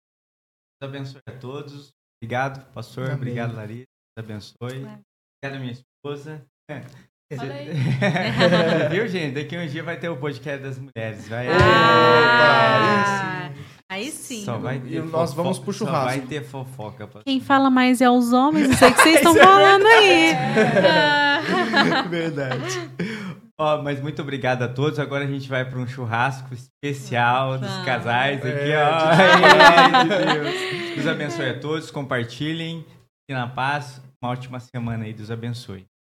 Deus abençoe a todos. Obrigado, pastor. Amém. Obrigado, Larissa. Deus abençoe. Claro. Obrigado, minha esposa. Fala aí. Viu, gente? Daqui um dia vai ter o podcast das mulheres. Vai. Ah, aí sim. Só vai ter E nós fofoca, vamos pro Só churrasco. vai ter fofoca. pastor. Quem fala mais é os homens, não sei o que vocês estão falando aí. Ah. Verdade. Ó, mas muito obrigado a todos. Agora a gente vai para um churrasco especial dos Vamos. casais aqui, É, ó. Ai, de Deus. Deus abençoe a todos. Compartilhem. E na paz. Uma ótima semana aí. Deus abençoe.